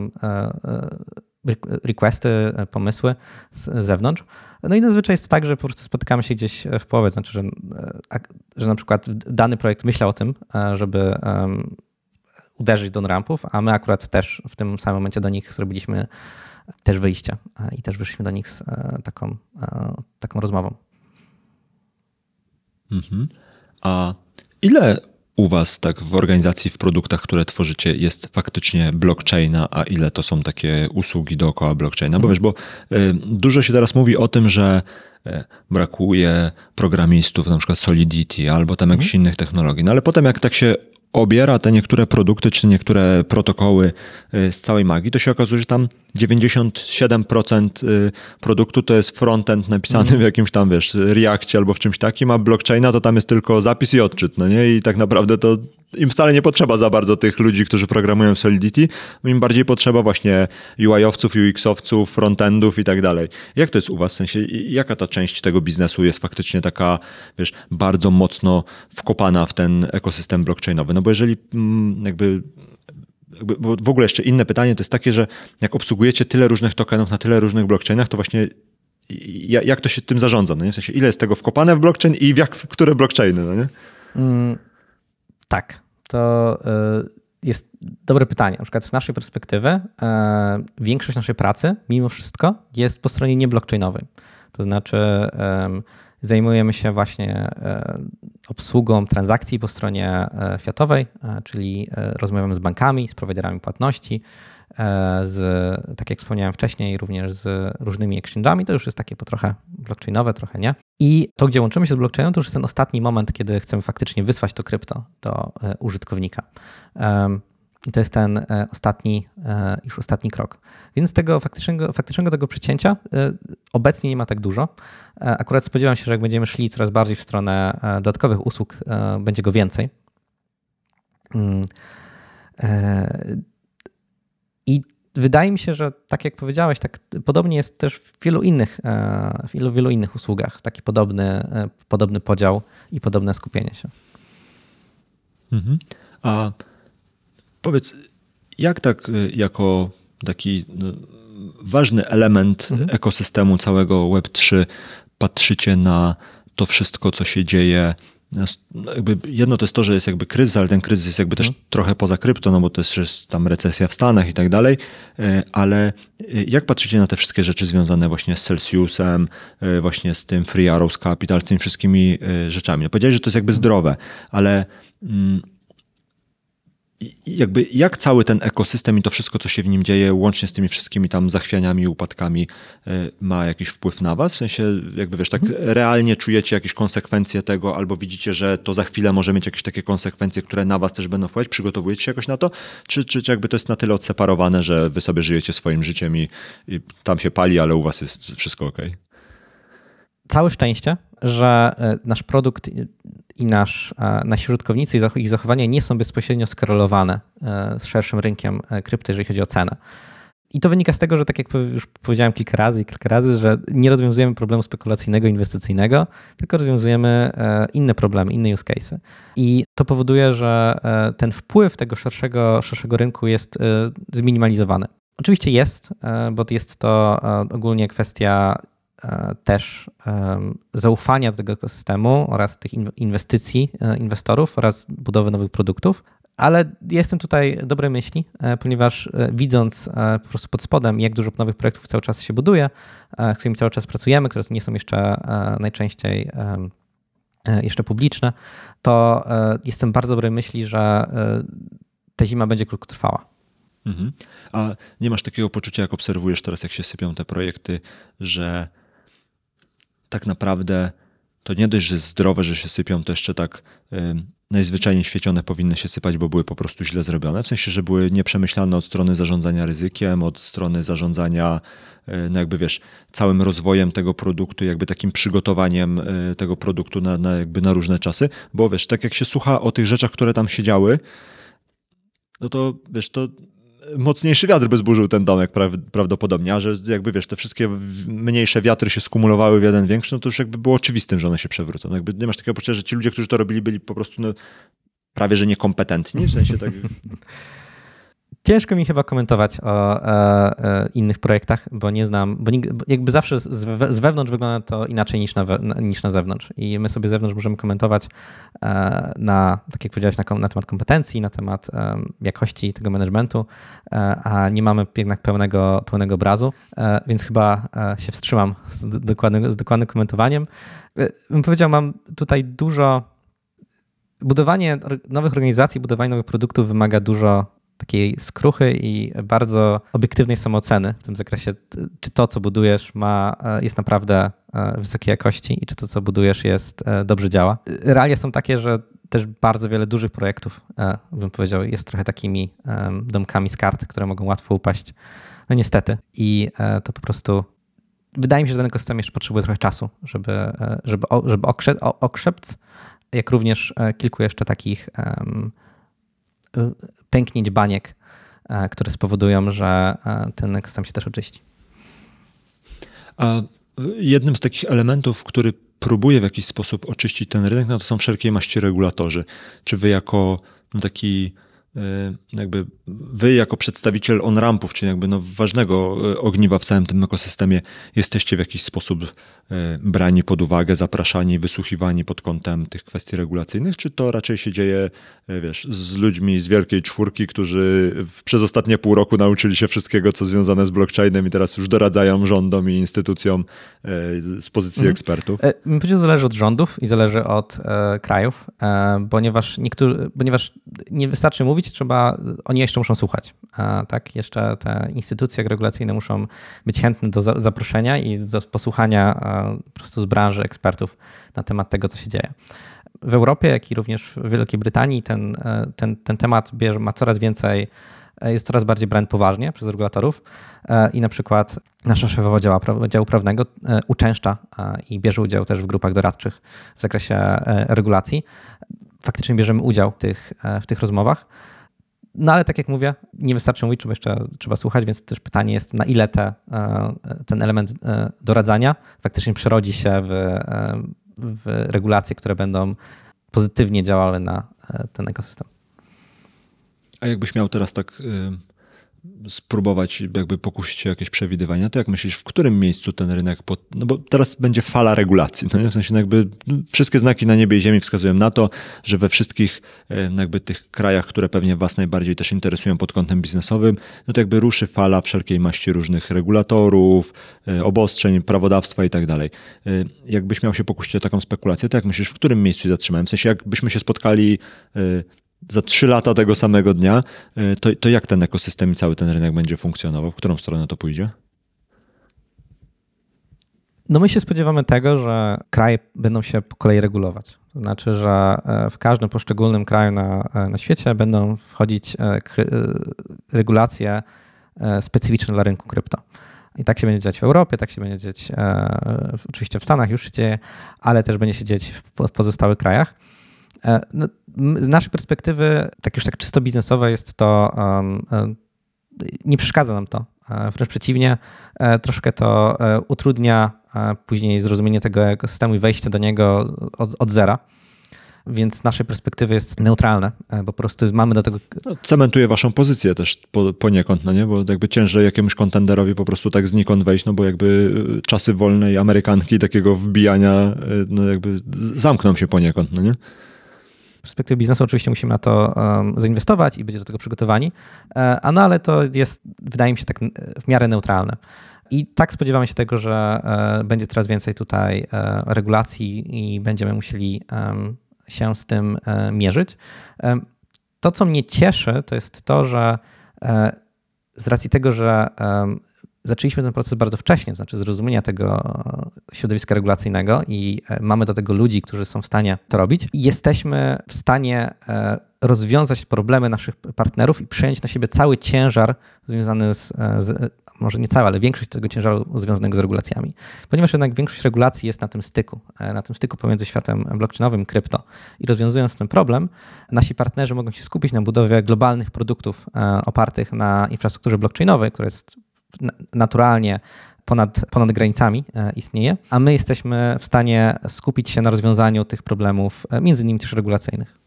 uh, uh, requesty, pomysły z zewnątrz. No i zazwyczaj jest tak, że po prostu spotykamy się gdzieś w połowie, znaczy, że, że na przykład dany projekt myślał o tym, żeby um, uderzyć do rampów, a my akurat też w tym samym momencie do nich zrobiliśmy też wyjście i też wyszliśmy do nich z taką, taką rozmową. Mhm. A ile u was tak w organizacji, w produktach, które tworzycie, jest faktycznie blockchaina, a ile to są takie usługi dookoła blockchaina? Mhm. Bo wiesz, bo y, dużo się teraz mówi o tym, że y, brakuje programistów, na przykład Solidity albo tam jakichś mhm. innych technologii, no ale potem jak tak się obiera te niektóre produkty, czy niektóre protokoły z całej magii, to się okazuje, że tam dziewięćdziesiąt siedem procent produktu to jest frontend napisany mm. w jakimś tam, wiesz, Reakcie albo w czymś takim, a blockchaina to tam jest tylko zapis i odczyt, no nie? I tak naprawdę to im wcale nie potrzeba za bardzo tych ludzi, którzy programują Solidity, im bardziej potrzeba właśnie U I-owców, U X-owców, frontendów i tak dalej. Jak to jest u was? W sensie, jaka ta część tego biznesu jest faktycznie taka, wiesz, bardzo mocno wkopana w ten ekosystem blockchainowy? No bo jeżeli jakby Jakby, bo w ogóle jeszcze inne pytanie to jest takie, że jak obsługujecie tyle różnych tokenów na tyle różnych blockchainach, to właśnie jak to się tym zarządza? No nie? W sensie, ile jest tego wkopane w blockchain i w, jak, w które blockchainy? No nie? Mm, tak, to y, jest dobre pytanie. Na przykład z naszej perspektywy y, większość naszej pracy mimo wszystko jest po stronie nieblockchainowej. To znaczy y, zajmujemy się właśnie obsługą transakcji po stronie fiatowej, czyli rozmawiamy z bankami, z prowajderami płatności, z, tak jak wspomniałem wcześniej, również z różnymi exchange'ami. To już jest takie po trochę blockchainowe, trochę nie. I to, gdzie łączymy się z blockchainem, to już jest ten ostatni moment, kiedy chcemy faktycznie wysłać to krypto do użytkownika. I to jest ten e, ostatni, e, już ostatni krok. Więc tego faktycznego, faktycznego tego przecięcia e, obecnie nie ma tak dużo. E, akurat spodziewam się, że jak będziemy szli coraz bardziej w stronę e, dodatkowych usług, e, będzie go więcej. Mm. E, I wydaje mi się, że tak jak powiedziałeś, tak podobnie jest też w wielu innych, w wielu, wielu innych usługach. Taki podobny, podobny podział i podobne skupienie się. Mhm. A powiedz, jak tak jako taki no, ważny element mhm. ekosystemu całego web trzy patrzycie na to wszystko, co się dzieje? No jakby jedno to jest to, że jest jakby kryzys, ale ten kryzys jest jakby też hmm. trochę poza krypto, no bo to jest, jest tam recesja w Stanach i tak dalej, ale jak patrzycie na te wszystkie rzeczy związane właśnie z Celsiusem, właśnie z tym Free Arrows Capital, z tymi wszystkimi rzeczami? No powiedziałeś, że to jest jakby zdrowe, ale jakby jak cały ten ekosystem i to wszystko, co się w nim dzieje, łącznie z tymi wszystkimi tam zachwianiami i upadkami, ma jakiś wpływ na was? W sensie, jakby wiesz, tak realnie czujecie jakieś konsekwencje tego, albo widzicie, że to za chwilę może mieć jakieś takie konsekwencje, które na was też będą wpływać? Przygotowujecie się jakoś na to? Czy, czy, czy jakby to jest na tyle odseparowane, że wy sobie żyjecie swoim życiem i, i tam się pali, ale u was jest wszystko okej? Okay? Całe szczęście, że nasz produkt i nasz, nasi użytkownicy i ich zachowania nie są bezpośrednio skorelowane z szerszym rynkiem krypto, jeżeli chodzi o cenę. I to wynika z tego, że tak jak już powiedziałem kilka razy i kilka razy, że nie rozwiązujemy problemu spekulacyjnego, inwestycyjnego, tylko rozwiązujemy inne problemy, inne use case'y. I to powoduje, że ten wpływ tego szerszego, szerszego rynku jest zminimalizowany. Oczywiście jest, bo jest to ogólnie kwestia też zaufania do tego ekosystemu oraz tych inwestycji inwestorów oraz budowy nowych produktów, ale jestem tutaj dobrej myśli, ponieważ widząc po prostu pod spodem, jak dużo nowych projektów cały czas się buduje, z którymi cały czas pracujemy, które nie są jeszcze najczęściej jeszcze publiczne, to jestem bardzo dobrej myśli, że ta zima będzie krótkotrwała. Mhm. A nie masz takiego poczucia, jak obserwujesz teraz, jak się sypią te projekty, że tak naprawdę to nie dość, że zdrowe, że się sypią, to jeszcze tak y, najzwyczajniej w świecie one powinny się sypać, bo były po prostu źle zrobione. W sensie, że były nieprzemyślane od strony zarządzania ryzykiem, od strony zarządzania, y, no jakby wiesz, całym rozwojem tego produktu, jakby takim przygotowaniem y, tego produktu na, na, jakby na różne czasy. Bo wiesz, tak jak się słucha o tych rzeczach, które tam się działy, no to wiesz, to mocniejszy wiatr by zburzył ten domek prawdopodobnie, a że jakby wiesz, te wszystkie mniejsze wiatry się skumulowały w jeden większy, no to już jakby było oczywistym, że one się przewrócą. No jakby nie masz takiego poczucia, że ci ludzie, którzy to robili, byli po prostu no, prawie że niekompetentni, w sensie tak... Ciężko mi chyba komentować o e, e, innych projektach, bo nie znam, bo, nie, bo jakby zawsze z, z wewnątrz wygląda to inaczej niż na, niż na zewnątrz i my sobie z zewnątrz możemy komentować e, na, tak jak powiedziałeś, na, na temat kompetencji, na temat e, jakości tego managementu, e, a nie mamy jednak pełnego, pełnego obrazu, e, więc chyba e, się wstrzymam z dokładnym, z dokładnym komentowaniem. E, bym powiedział, mam tutaj dużo, budowanie nowych organizacji, budowanie nowych produktów wymaga dużo takiej skruchy i bardzo obiektywnej samooceny w tym zakresie, czy to, co budujesz, ma, jest naprawdę wysokiej jakości i czy to, co budujesz, jest dobrze działa. Realia są takie, że też bardzo wiele dużych projektów, bym powiedział, jest trochę takimi domkami z kart, które mogą łatwo upaść. No niestety. I to po prostu wydaje mi się, że ten ekosystem jeszcze potrzebuje trochę czasu, żeby, żeby, żeby okrzep, jak również kilku jeszcze takich pęknięć baniek, które spowodują, że ten ekosystem się też oczyści. A jednym z takich elementów, który próbuje w jakiś sposób oczyścić ten rynek, no to są wszelkie maści regulatorzy. Czy wy jako no taki jakby wy jako przedstawiciel on-rampów, czyli jakby no ważnego ogniwa w całym tym ekosystemie, jesteście w jakiś sposób brani pod uwagę, zapraszani, wysłuchiwani pod kątem tych kwestii regulacyjnych, czy to raczej się dzieje, wiesz, z ludźmi z wielkiej czwórki, którzy przez ostatnie pół roku nauczyli się wszystkiego, co związane z blockchainem i teraz już doradzają rządom i instytucjom z pozycji mhm. ekspertów? Bym powiedział, zależy od rządów i zależy od e, krajów, e, ponieważ, niektórzy, ponieważ nie wystarczy mówić, mówić, trzeba, oni jeszcze muszą słuchać. A tak, jeszcze te instytucje regulacyjne muszą być chętne do za, zaproszenia i do posłuchania po prostu z branży ekspertów na temat tego, co się dzieje. W Europie, jak i również w Wielkiej Brytanii ten, ten, ten temat bierze, ma coraz więcej, jest coraz bardziej brany poważnie przez regulatorów i na przykład nasza szefowa działu, działu prawnego uczęszcza i bierze udział też w grupach doradczych w zakresie regulacji. Faktycznie bierzemy udział w tych, w tych rozmowach. No ale tak jak mówię, nie wystarczy mówić, trzeba jeszcze trzeba słuchać, więc też pytanie jest, na ile te, ten element doradzania faktycznie przerodzi się w, w regulacje, które będą pozytywnie działały na ten ekosystem. A jakbyś miał teraz tak y, spróbować jakby pokusić się o jakieś przewidywania, to jak myślisz, w którym miejscu ten rynek, pod... no bo teraz będzie fala regulacji, no nie? W sensie no jakby wszystkie znaki na niebie i ziemi wskazują na to, że we wszystkich y, jakby tych krajach, które pewnie was najbardziej też interesują pod kątem biznesowym, no to jakby ruszy fala wszelkiej maści różnych regulatorów, y, obostrzeń, prawodawstwa i tak dalej. Y, jakbyś miał się pokusić o taką spekulację, to jak myślisz, w którym miejscu się zatrzymałem? W sensie jakbyśmy się spotkali y, za trzy lata tego samego dnia, to, to jak ten ekosystem i cały ten rynek będzie funkcjonował? W którą stronę to pójdzie? No my się spodziewamy tego, że kraje będą się po kolei regulować. To znaczy, że w każdym poszczególnym kraju na, na świecie będą wchodzić regulacje specyficzne dla rynku krypto. I tak się będzie dziać w Europie, tak się będzie dziać e, oczywiście w Stanach, już się dzieje, ale też będzie się dziać w, w pozostałych krajach. No, z naszej perspektywy, tak już tak czysto biznesowe jest to, um, nie przeszkadza nam to. Wręcz przeciwnie, troszkę to utrudnia później zrozumienie tego ekosystemu i wejście do niego od, od zera. Więc z naszej perspektywy jest neutralne, bo po prostu mamy do tego... No, cementuje waszą pozycję też po, poniekąd, no nie? Bo jakby ciężej jakiemuś kontenderowi po prostu tak znikąd wejść, no bo jakby czasy wolnej Amerykanki takiego wbijania no jakby zamkną się poniekąd, no nie? Z perspektywy biznesu oczywiście musimy na to um, zainwestować i być do tego przygotowani, a no ale to jest, wydaje mi się, tak w miarę neutralne. I tak spodziewamy się tego, że e, będzie coraz więcej tutaj e, regulacji i będziemy musieli um, się z tym e, mierzyć. E, to, co mnie cieszy, to jest to, że e, z racji tego, że e, zaczęliśmy ten proces bardzo wcześnie, to znaczy zrozumienia tego środowiska regulacyjnego i mamy do tego ludzi, którzy są w stanie to robić. Jesteśmy w stanie rozwiązać problemy naszych partnerów i przejąć na siebie cały ciężar związany z, z może nie cały, ale większość tego ciężaru związanego z regulacjami. Ponieważ jednak większość regulacji jest na tym styku, na tym styku pomiędzy światem blockchainowym i krypto. I rozwiązując ten problem, nasi partnerzy mogą się skupić na budowie globalnych produktów opartych na infrastrukturze blockchainowej, która jest naturalnie ponad, ponad granicami istnieje, a my jesteśmy w stanie skupić się na rozwiązaniu tych problemów, między innymi też regulacyjnych.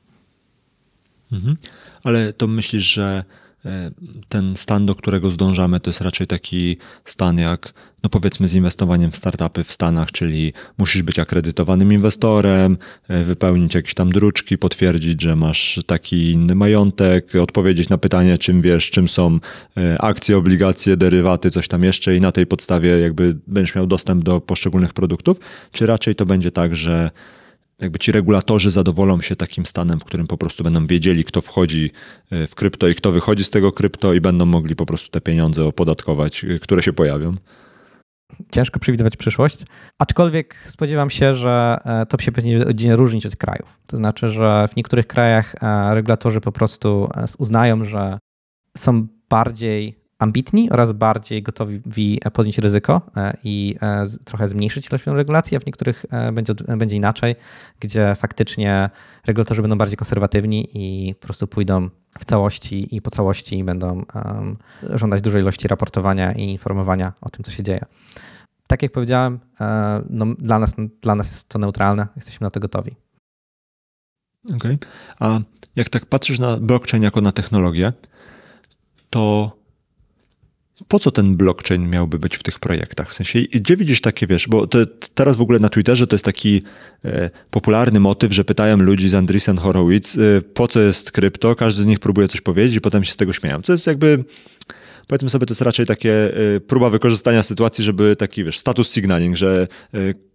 Mhm. Ale to myślisz, że ten stan, do którego zdążamy, to jest raczej taki stan jak, no powiedzmy, z inwestowaniem w startupy w Stanach, czyli musisz być akredytowanym inwestorem, wypełnić jakieś tam druczki, potwierdzić, że masz taki inny majątek, odpowiedzieć na pytanie, czym wiesz, czym są akcje, obligacje, derywaty, coś tam jeszcze i na tej podstawie jakby będziesz miał dostęp do poszczególnych produktów, czy raczej to będzie tak, że jakby ci regulatorzy zadowolą się takim stanem, w którym po prostu będą wiedzieli, kto wchodzi w krypto i kto wychodzi z tego krypto i będą mogli po prostu te pieniądze opodatkować, które się pojawią? Ciężko przewidywać przyszłość, aczkolwiek spodziewam się, że to się będzie różnić od krajów. To znaczy, że w niektórych krajach regulatorzy po prostu uznają, że są bardziej ambitni oraz bardziej gotowi podjąć ryzyko i trochę zmniejszyć ilość regulacji, a w niektórych będzie, będzie inaczej, gdzie faktycznie regulatorzy będą bardziej konserwatywni i po prostu pójdą w całości i po całości będą um, żądać dużej ilości raportowania i informowania o tym, co się dzieje. Tak jak powiedziałem, no, dla nas, dla nas jest to neutralne, jesteśmy na to gotowi. Okej. Okay. A jak tak patrzysz na blockchain jako na technologię, to po co ten blockchain miałby być w tych projektach? W sensie, gdzie widzisz takie, wiesz, bo to, teraz w ogóle na Twitterze to jest taki e, popularny motyw, że pytają ludzi z Andreessen Horowitz, e, po co jest krypto, każdy z nich próbuje coś powiedzieć i potem się z tego śmieją. Co jest jakby, powiedzmy sobie, to jest raczej takie e, próba wykorzystania sytuacji, żeby taki, wiesz, status signaling, że e,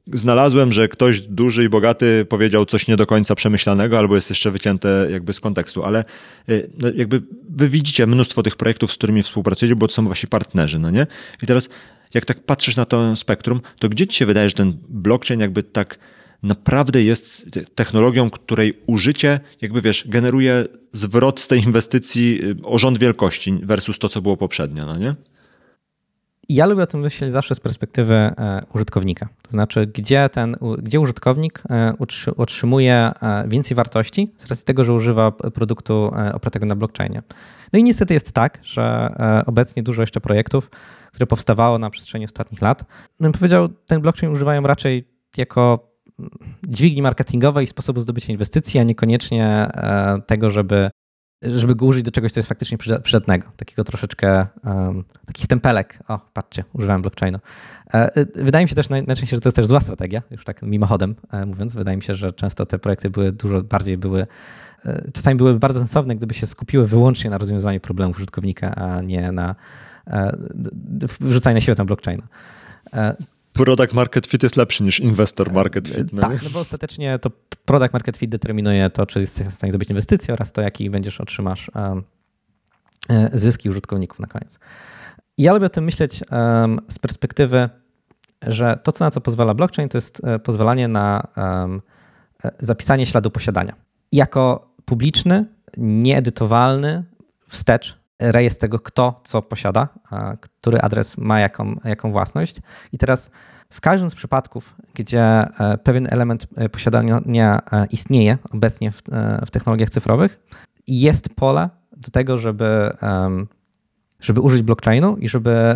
znalazłem, że ktoś duży i bogaty powiedział coś nie do końca przemyślanego albo jest jeszcze wycięte jakby z kontekstu, ale no jakby wy widzicie mnóstwo tych projektów, z którymi współpracujecie, bo to są wasi partnerzy, no nie? I teraz jak tak patrzysz na to spektrum, to gdzie ci się wydaje, że ten blockchain jakby tak naprawdę jest technologią, której użycie jakby wiesz, generuje zwrot z tej inwestycji o rząd wielkości versus to, co było poprzednio, no nie? Ja lubię o tym myśleć zawsze z perspektywy e, użytkownika. To znaczy, gdzie ten, u, gdzie użytkownik e, utrzy, otrzymuje e, więcej wartości z racji tego, że używa produktu e, opartego na blockchainie. No i niestety jest tak, że e, obecnie dużo jeszcze projektów, które powstawało na przestrzeni ostatnich lat, no bym powiedział, ten blockchain używają raczej jako dźwigni marketingowej i sposobu zdobycia inwestycji, a niekoniecznie e, tego, żeby żeby go użyć do czegoś, co jest faktycznie przydatnego. Takiego troszeczkę, um, taki stempelek. O, patrzcie, używałem blockchainu. E, wydaje mi się też najczęściej, że to jest też zła strategia, już tak mimochodem e, mówiąc. Wydaje mi się, że często te projekty były dużo bardziej były, e, czasami były bardzo sensowne, gdyby się skupiły wyłącznie na rozwiązywaniu problemów użytkownika, a nie na e, wrzucaniu na siłę tam blockchaina. E, Product market fit jest lepszy niż investor market fit. No tak, nie? no bo ostatecznie to product market fit determinuje to, czy jesteś w stanie zdobyć inwestycje oraz to, jaki będziesz otrzymasz um, zyski użytkowników na koniec. I ja lubię o tym myśleć um, z perspektywy, że to, co na co pozwala blockchain, to jest pozwalanie na um, zapisanie śladu posiadania. Jako publiczny, nieedytowalny, wstecz rejestr tego, kto co posiada, który adres ma jaką, jaką własność. I teraz w każdym z przypadków, gdzie pewien element posiadania istnieje obecnie w, w technologiach cyfrowych, jest pole do tego, żeby, żeby użyć blockchainu i żeby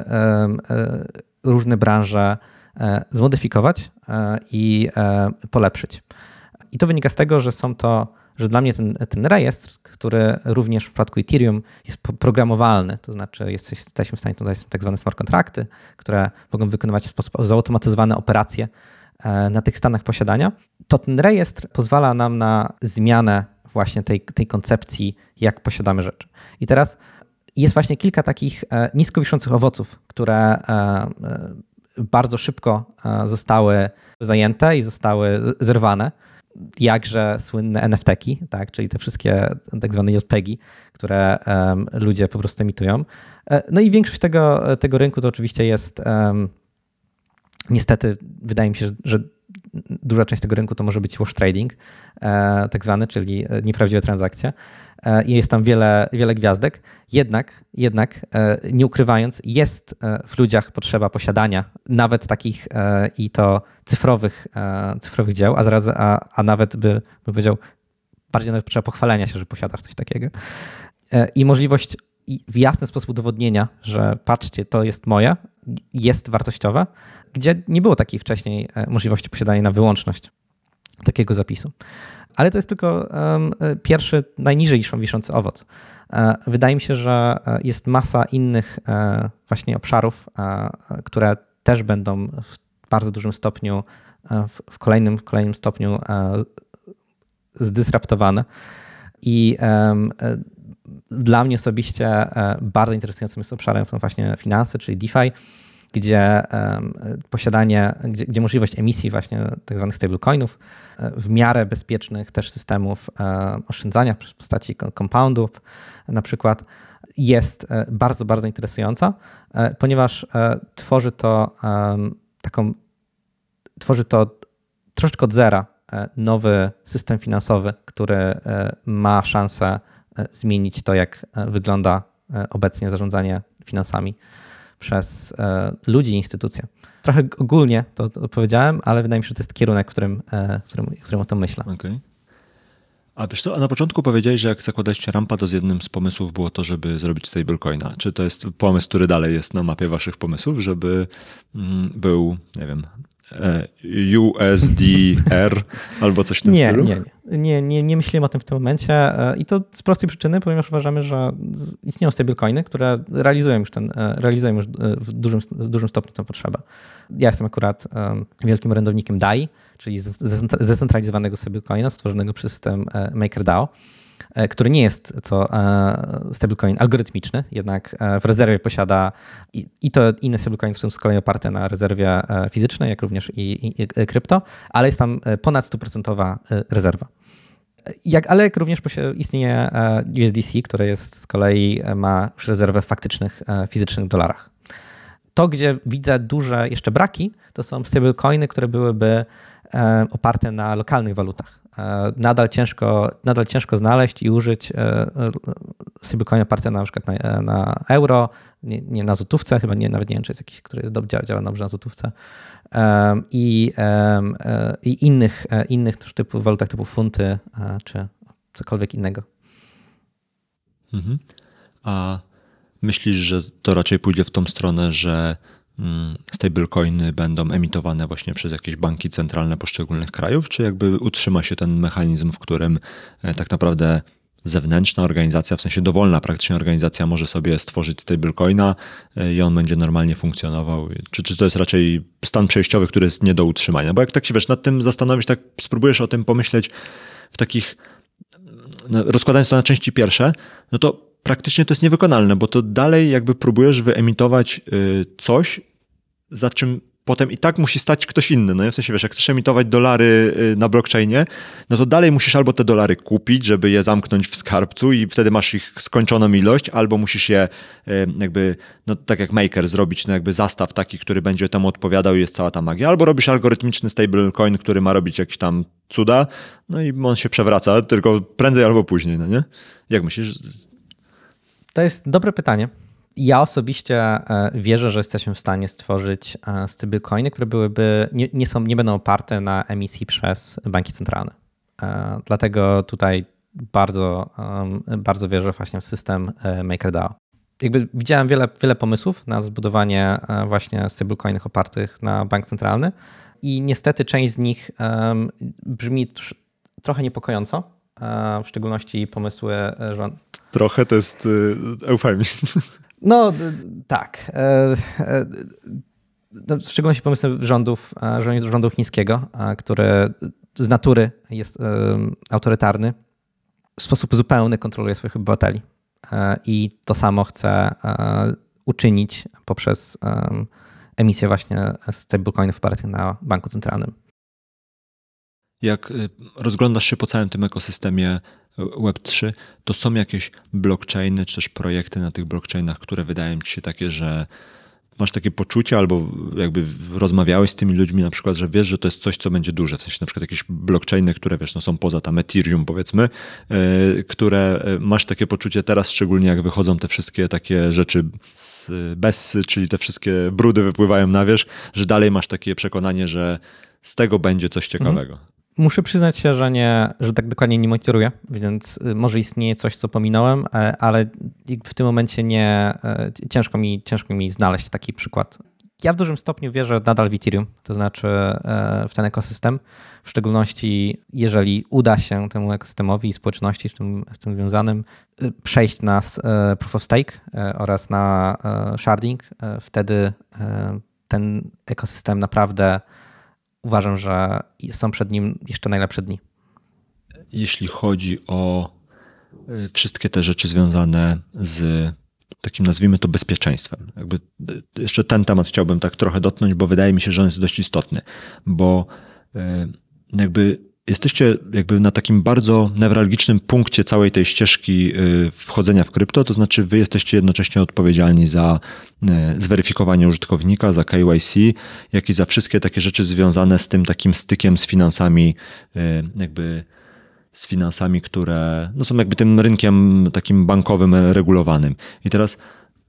różne branże zmodyfikować i polepszyć. I to wynika z tego, że są to że dla mnie ten, ten rejestr, który również w przypadku Ethereum jest programowalny, to znaczy jesteś, jesteśmy w stanie, tutaj są tak zwane smart kontrakty, które mogą wykonywać w sposób zautomatyzowane operacje na tych stanach posiadania, to ten rejestr pozwala nam na zmianę właśnie tej, tej koncepcji, jak posiadamy rzeczy. I teraz jest właśnie kilka takich nisko wiszących owoców, które bardzo szybko zostały zajęte i zostały zerwane. Jakże słynne N F T-ki, tak, czyli te wszystkie tak zwane JPEGi, które um, ludzie po prostu emitują. No i większość tego, tego rynku to oczywiście jest um, niestety, wydaje mi się, że duża część tego rynku to może być wash trading, e, tak zwany, czyli nieprawdziwe transakcje. E, I jest tam wiele, wiele gwiazdek. Jednak, jednak e, nie ukrywając, jest w ludziach potrzeba posiadania nawet takich e, i to cyfrowych, e, cyfrowych dzieł, a, zaraz, a, a nawet by, bym powiedział, bardziej nawet potrzeba pochwalenia się, że posiadasz coś takiego. E, I możliwość i w jasny sposób udowodnienia, że patrzcie, to jest moje, jest wartościowe, gdzie nie było takiej wcześniej możliwości posiadania na wyłączność takiego zapisu. Ale to jest tylko um, pierwszy, najniżej wiszący owoc. E, wydaje mi się, że jest masa innych e, właśnie obszarów, e, które też będą w bardzo dużym stopniu, e, w, w kolejnym, kolejnym stopniu e, zdysraptowane. I e, dla mnie osobiście bardzo interesującym jest obszarem są właśnie finanse, czyli DeFi, gdzie posiadanie, gdzie, gdzie możliwość emisji właśnie tak zwanych stablecoinów w miarę bezpiecznych też systemów oszczędzania w postaci compoundów na przykład jest bardzo, bardzo interesująca, ponieważ tworzy to taką, tworzy to troszeczkę od zera nowy system finansowy, który ma szansę zmienić to, jak wygląda obecnie zarządzanie finansami przez ludzi i instytucje. Trochę ogólnie to, to powiedziałem, ale wydaje mi się, że to jest kierunek, w którym, w którym, w którym o tym myślę. Okay. A wiesz co, a na początku powiedziałeś, że jak zakładaliście Rampa, to z jednym z pomysłów było to, żeby zrobić stablecoina. Czy to jest pomysł, który dalej jest na mapie waszych pomysłów, żeby mm, był, nie wiem, U S D R albo coś w tym nie, stylu? Nie, nie, nie, nie, nie myślałem o tym w tym momencie i to z prostej przyczyny, ponieważ uważamy, że istnieją stablecoiny, które realizują już, ten, realizują już w, dużym, w dużym stopniu tę potrzebę. Ja jestem akurat wielkim orędownikiem D A I, czyli zdecentralizowanego stablecoina stworzonego przez system MakerDAO. który nie jest co stablecoin algorytmiczny, jednak w rezerwie posiada i, i to inne stablecoiny są z kolei oparte na rezerwie fizycznej, jak również i, i, i krypto, ale jest tam ponad sto procent rezerwa. Jak, ale jak również istnieje U S D C, które jest z kolei ma już rezerwę w faktycznych, fizycznych dolarach. To, gdzie widzę duże jeszcze braki, to są stablecoiny, które byłyby oparte na lokalnych walutach. Nadal ciężko, nadal ciężko znaleźć i użyć stablecoiny oparte na, na przykład na, na euro, nie, nie na złotówce, chyba nie, nawet nie wiem, czy jest jakiś, który jest, działa, działa dobrze na złotówce i, i innych, innych typu, walutach typu funty czy cokolwiek innego. Mhm. A myślisz, że to raczej pójdzie w tą stronę, że stablecoiny będą emitowane właśnie przez jakieś banki centralne poszczególnych krajów, czy jakby utrzyma się ten mechanizm, w którym tak naprawdę zewnętrzna organizacja, w sensie dowolna praktycznie organizacja może sobie stworzyć stablecoina i on będzie normalnie funkcjonował? Czy, czy to jest raczej stan przejściowy, który jest nie do utrzymania? Bo jak tak się wiesz, nad tym zastanowić, tak spróbujesz o tym pomyśleć w takich, no, rozkładając to na części pierwsze, no to praktycznie to jest niewykonalne, bo to dalej jakby próbujesz wyemitować coś, za czym potem i tak musi stać ktoś inny. No w sensie, wiesz, jak chcesz emitować dolary na blockchainie, no to dalej musisz albo te dolary kupić, żeby je zamknąć w skarbcu i wtedy masz ich skończoną ilość, albo musisz je jakby, no tak jak Maker zrobić, no jakby zastaw taki, który będzie temu odpowiadał i jest cała ta magia. Albo robisz algorytmiczny stablecoin, który ma robić jakieś tam cuda, no i on się przewraca, tylko prędzej albo później, no nie? Jak myślisz? To jest dobre pytanie. Ja osobiście wierzę, że jesteśmy w stanie stworzyć stablecoiny, które byłyby, nie, nie, są, nie będą oparte na emisji przez banki centralne. Dlatego tutaj bardzo, bardzo wierzę właśnie w system MakerDAO. Jakby widziałem wiele, wiele pomysłów na zbudowanie właśnie stablecoinów opartych na bank centralny i niestety część z nich brzmi trochę niepokojąco, w szczególności pomysły rząd. Trochę to jest eufemizm. No tak. W szczególności pomysły rządów, rządu chińskiego, który z natury jest autorytarny, w sposób zupełny kontroluje swoich obywateli. I to samo chce uczynić poprzez emisję właśnie stablecoinów opartych na banku centralnym. Jak rozglądasz się po całym tym ekosystemie web trzy, to są jakieś blockchainy, czy też projekty na tych blockchainach, które wydają ci się takie, że masz takie poczucie albo jakby rozmawiałeś z tymi ludźmi na przykład, że wiesz, że to jest coś, co będzie duże, w sensie na przykład jakieś blockchainy, które wiesz, no są poza tam Ethereum powiedzmy, yy, które masz takie poczucie teraz, szczególnie jak wychodzą te wszystkie takie rzeczy z Bessy, czyli te wszystkie brudy wypływają na wierzch, że dalej masz takie przekonanie, że z tego będzie coś ciekawego. Mhm. Muszę przyznać się, że nie, że tak dokładnie nie monitoruję, więc może istnieje coś, co pominąłem, ale w tym momencie nie, ciężko mi, ciężko mi znaleźć taki przykład. Ja w dużym stopniu wierzę nadal w Ethereum, to znaczy w ten ekosystem, w szczególności jeżeli uda się temu ekosystemowi i społeczności z tym, z tym związanym przejść na Proof of Stake oraz na sharding, wtedy ten ekosystem naprawdę uważam, że są przed nim jeszcze najlepsze dni. Jeśli chodzi o wszystkie te rzeczy związane z takim, nazwijmy to, bezpieczeństwem. Jakby jeszcze ten temat chciałbym tak trochę dotknąć, bo wydaje mi się, że on jest dość istotny, bo jakby jesteście jakby na takim bardzo newralgicznym punkcie całej tej ścieżki wchodzenia w krypto, to znaczy wy jesteście jednocześnie odpowiedzialni za zweryfikowanie użytkownika, za K Y C, jak i za wszystkie takie rzeczy związane z tym takim stykiem z finansami, jakby z finansami, które no są jakby tym rynkiem takim bankowym regulowanym. I teraz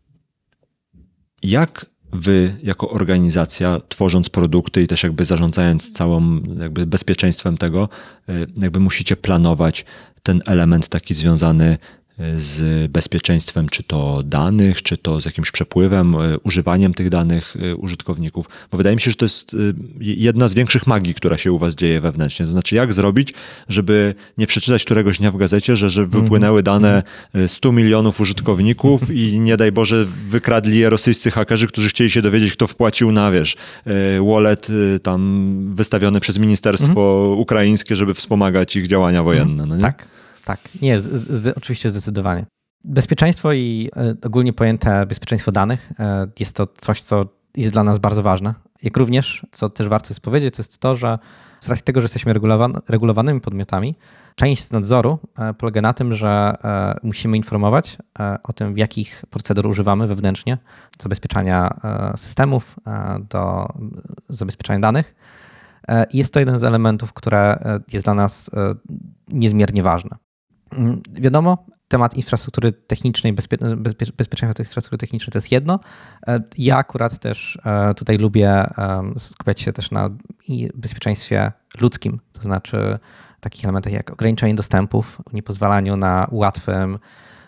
jak wy jako organizacja, tworząc produkty i też jakby zarządzając całą jakby bezpieczeństwem tego, jakby musicie planować ten element taki związany z bezpieczeństwem, czy to danych, czy to z jakimś przepływem, używaniem tych danych użytkowników, bo wydaje mi się, że to jest jedna z większych magii, która się u was dzieje wewnętrznie. To znaczy, jak zrobić, żeby nie przeczytać któregoś dnia w gazecie, że, że wypłynęły dane stu milionów użytkowników i nie daj Boże wykradli je rosyjscy hakerzy, którzy chcieli się dowiedzieć, kto wpłacił na, wiesz, wallet tam wystawiony przez ministerstwo mhm. ukraińskie, żeby wspomagać ich działania wojenne. No nie? Tak. Tak, nie, z, z, oczywiście zdecydowanie. Bezpieczeństwo i ogólnie pojęte bezpieczeństwo danych jest to coś, co jest dla nas bardzo ważne. Jak również, co też warto jest powiedzieć, to jest to, że z racji tego, że jesteśmy regulowan- regulowanymi podmiotami, część z nadzoru polega na tym, że musimy informować o tym, jakich procedur używamy wewnętrznie do zabezpieczania systemów, do zabezpieczania danych. I jest to jeden z elementów, które jest dla nas niezmiernie ważne. Wiadomo, temat infrastruktury technicznej, bezpie- bezpie- bezpieczeństwa infrastruktury technicznej to jest jedno. Ja akurat też tutaj lubię skupiać się też na bezpieczeństwie ludzkim, to znaczy takich elementach jak ograniczenie dostępów, niepozwalaniu na łatwym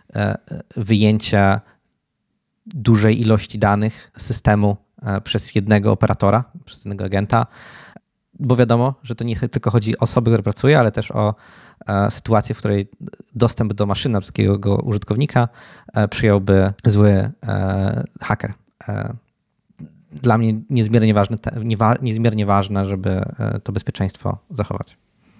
wyjęcie dużej ilości danych z systemu przez jednego operatora, przez jednego agenta, bo wiadomo, że to nie tylko chodzi o osoby, które pracują, ale też o sytuację, w której dostęp do maszyny takiego użytkownika przyjąłby zły haker. Dla mnie niezmiernie ważne, niezmiernie ważne, żeby to bezpieczeństwo zachować.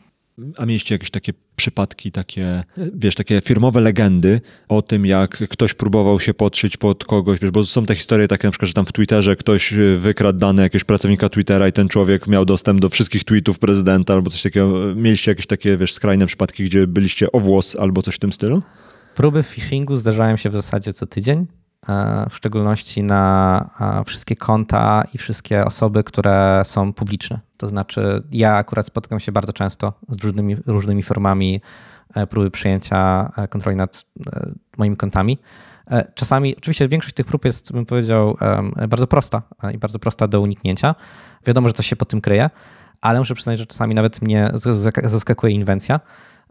A mieliście jakieś takie przypadki, takie, wiesz, takie firmowe legendy o tym, jak ktoś próbował się podszyć pod kogoś, wiesz, bo są te historie takie na przykład, że tam w Twitterze ktoś wykradł dane jakiegoś pracownika Twittera i ten człowiek miał dostęp do wszystkich tweetów prezydenta albo coś takiego. Mieliście jakieś takie, wiesz, skrajne przypadki, gdzie byliście o włos albo coś w tym stylu? Próby phishingu zdarzają się w zasadzie co tydzień, w szczególności na wszystkie konta i wszystkie osoby, które są publiczne. To znaczy ja akurat spotykam się bardzo często z różnymi, różnymi formami próby przejęcia kontroli nad moimi kontami. Czasami, oczywiście większość tych prób jest, bym powiedział, bardzo prosta i bardzo prosta do uniknięcia. Wiadomo, że coś się po tym kryje, ale muszę przyznać, że czasami nawet mnie zaskakuje inwencja,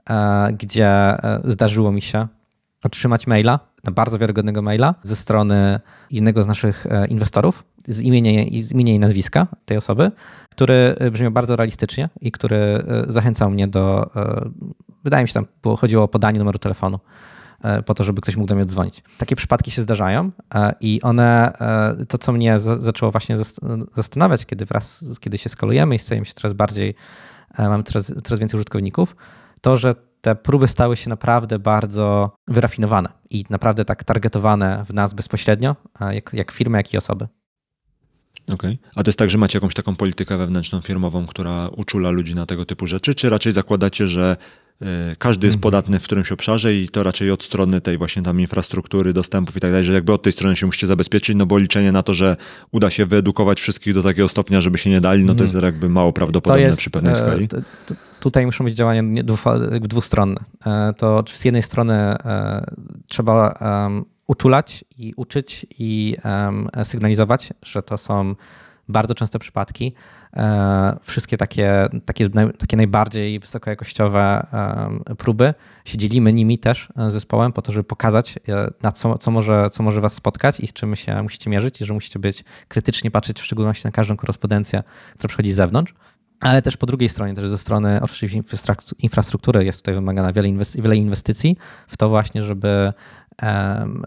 gdzie zdarzyło mi się otrzymać maila, bardzo wiarygodnego maila ze strony jednego z naszych inwestorów, z imienia, z imienia i nazwiska tej osoby, który brzmiał bardzo realistycznie i który zachęcał mnie do, wydaje mi się tam, było, chodziło o podanie numeru telefonu po to, żeby ktoś mógł do mnie dzwonić. Takie przypadki się zdarzają i one, to co mnie zaczęło właśnie zastanawiać, kiedy wraz, kiedy się skalujemy i stajemy się coraz bardziej, mamy coraz, coraz więcej użytkowników, to, że te próby stały się naprawdę bardzo wyrafinowane i naprawdę tak targetowane w nas bezpośrednio, jak, jak firmy, jak i osoby. Okej. Okay. A to jest tak, że macie jakąś taką politykę wewnętrzną firmową, która uczula ludzi na tego typu rzeczy, czy raczej zakładacie, że y, każdy jest podatny w którymś obszarze i to raczej od strony tej właśnie tam infrastruktury, dostępów i tak dalej, że jakby od tej strony się musicie zabezpieczyć, no bo liczenie na to, że uda się wyedukować wszystkich do takiego stopnia, żeby się nie dali, no to jest jakby mało prawdopodobne jest, przy pewnej skali. To, to, tutaj muszą być działania dwustronne. To z jednej strony trzeba um, uczulać i uczyć i um, sygnalizować, że to są bardzo częste przypadki. Wszystkie takie, takie, takie najbardziej wysokojakościowe próby się dzielimy nimi też z zespołem po to, żeby pokazać, na co, co, może, co może was spotkać i z czym się musicie mierzyć i że musicie być krytycznie patrzeć w szczególności na każdą korespondencję, która przychodzi z zewnątrz. Ale też po drugiej stronie, też ze strony oczywiście infrastruktury jest tutaj wymagana wiele, inwestycji, wiele inwestycji w to właśnie, żeby um,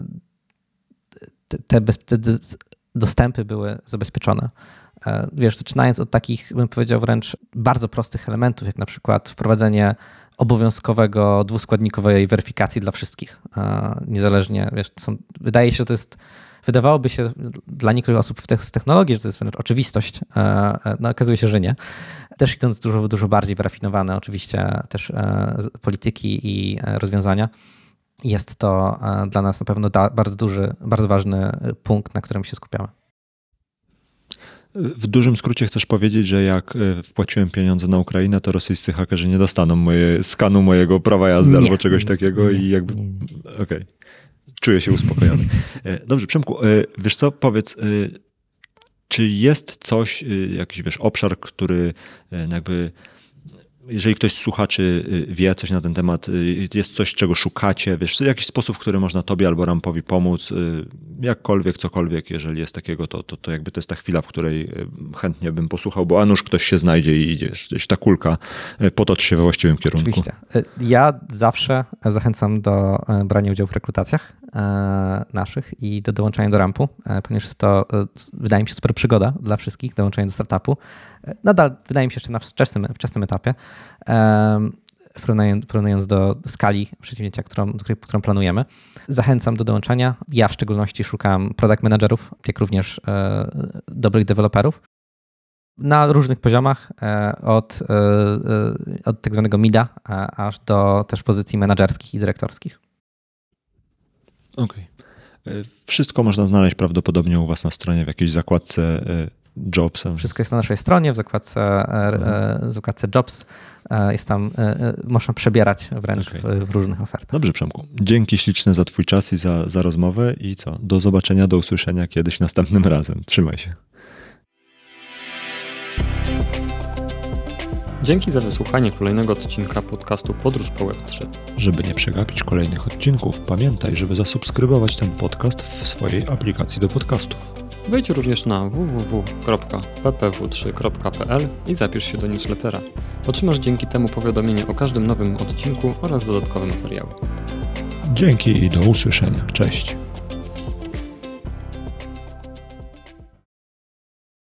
te, bez, te dostępy były zabezpieczone. Wiesz, zaczynając od takich, bym powiedział, wręcz bardzo prostych elementów, jak na przykład wprowadzenie obowiązkowego dwuskładnikowej weryfikacji dla wszystkich. Niezależnie, wiesz, to są, wydaje się, że to jest, wydawałoby się dla niektórych osób z technologii, że to jest wręcz oczywistość. No okazuje się, że nie. Też idąc dużo, dużo bardziej wyrafinowane oczywiście też polityki i rozwiązania. Jest to dla nas na pewno bardzo duży, bardzo ważny punkt, na którym się skupiamy. W dużym skrócie chcesz powiedzieć, że jak wpłaciłem pieniądze na Ukrainę, to rosyjscy hakerzy nie dostaną moje, skanu mojego prawa jazdy nie, albo czegoś takiego nie, i jakby... Okej, okay. Czuję się uspokojony. Dobrze, Przemku, wiesz co, powiedz, czy jest coś, jakiś wiesz, obszar, który jakby... Jeżeli ktoś z słuchaczy wie coś na ten temat, jest coś, czego szukacie, wiesz, jakiś sposób, w który można tobie albo Rampowi pomóc, jakkolwiek, cokolwiek, jeżeli jest takiego, to, to, to jakby to jest ta chwila, w której chętnie bym posłuchał, bo a nuż ktoś się znajdzie i idzie, gdzieś ta kulka potoczy się we właściwym kierunku. Oczywiście. Ja zawsze zachęcam do brania udziału w rekrutacjach naszych i do dołączania do Rampu, ponieważ jest to, wydaje mi się, super przygoda dla wszystkich, dołączenie do startupu. Nadal, wydaje mi się, jeszcze na wczesnym, wczesnym etapie. porównując, porównując do skali przedsięwzięcia, którą, którą planujemy. Zachęcam do dołączenia. Ja w szczególności szukam product managerów, jak również e, dobrych deweloperów na różnych poziomach, e, od, e, od tak zwanego mida, a, aż do też pozycji menedżerskich i dyrektorskich. Okej. Okay. Wszystko można znaleźć prawdopodobnie u was na stronie w jakiejś zakładce Jobs. Wszystko jest na naszej stronie, w zakładce, mhm. w zakładce Jobs. Jest tam, można przebierać wręcz okay. w, w różnych ofertach. Dobrze, Przemku. Dzięki śliczne za twój czas i za, za rozmowę i co? Do zobaczenia, do usłyszenia kiedyś następnym razem. Trzymaj się. Dzięki za wysłuchanie kolejnego odcinka podcastu Podróż po Web trzy. Żeby nie przegapić kolejnych odcinków, pamiętaj, żeby zasubskrybować ten podcast w swojej aplikacji do podcastów. Wejdź również na w w w kropka p p w trzy kropka p l i zapisz się do newslettera. Otrzymasz dzięki temu powiadomienie o każdym nowym odcinku oraz dodatkowe materiały. Dzięki i do usłyszenia. Cześć.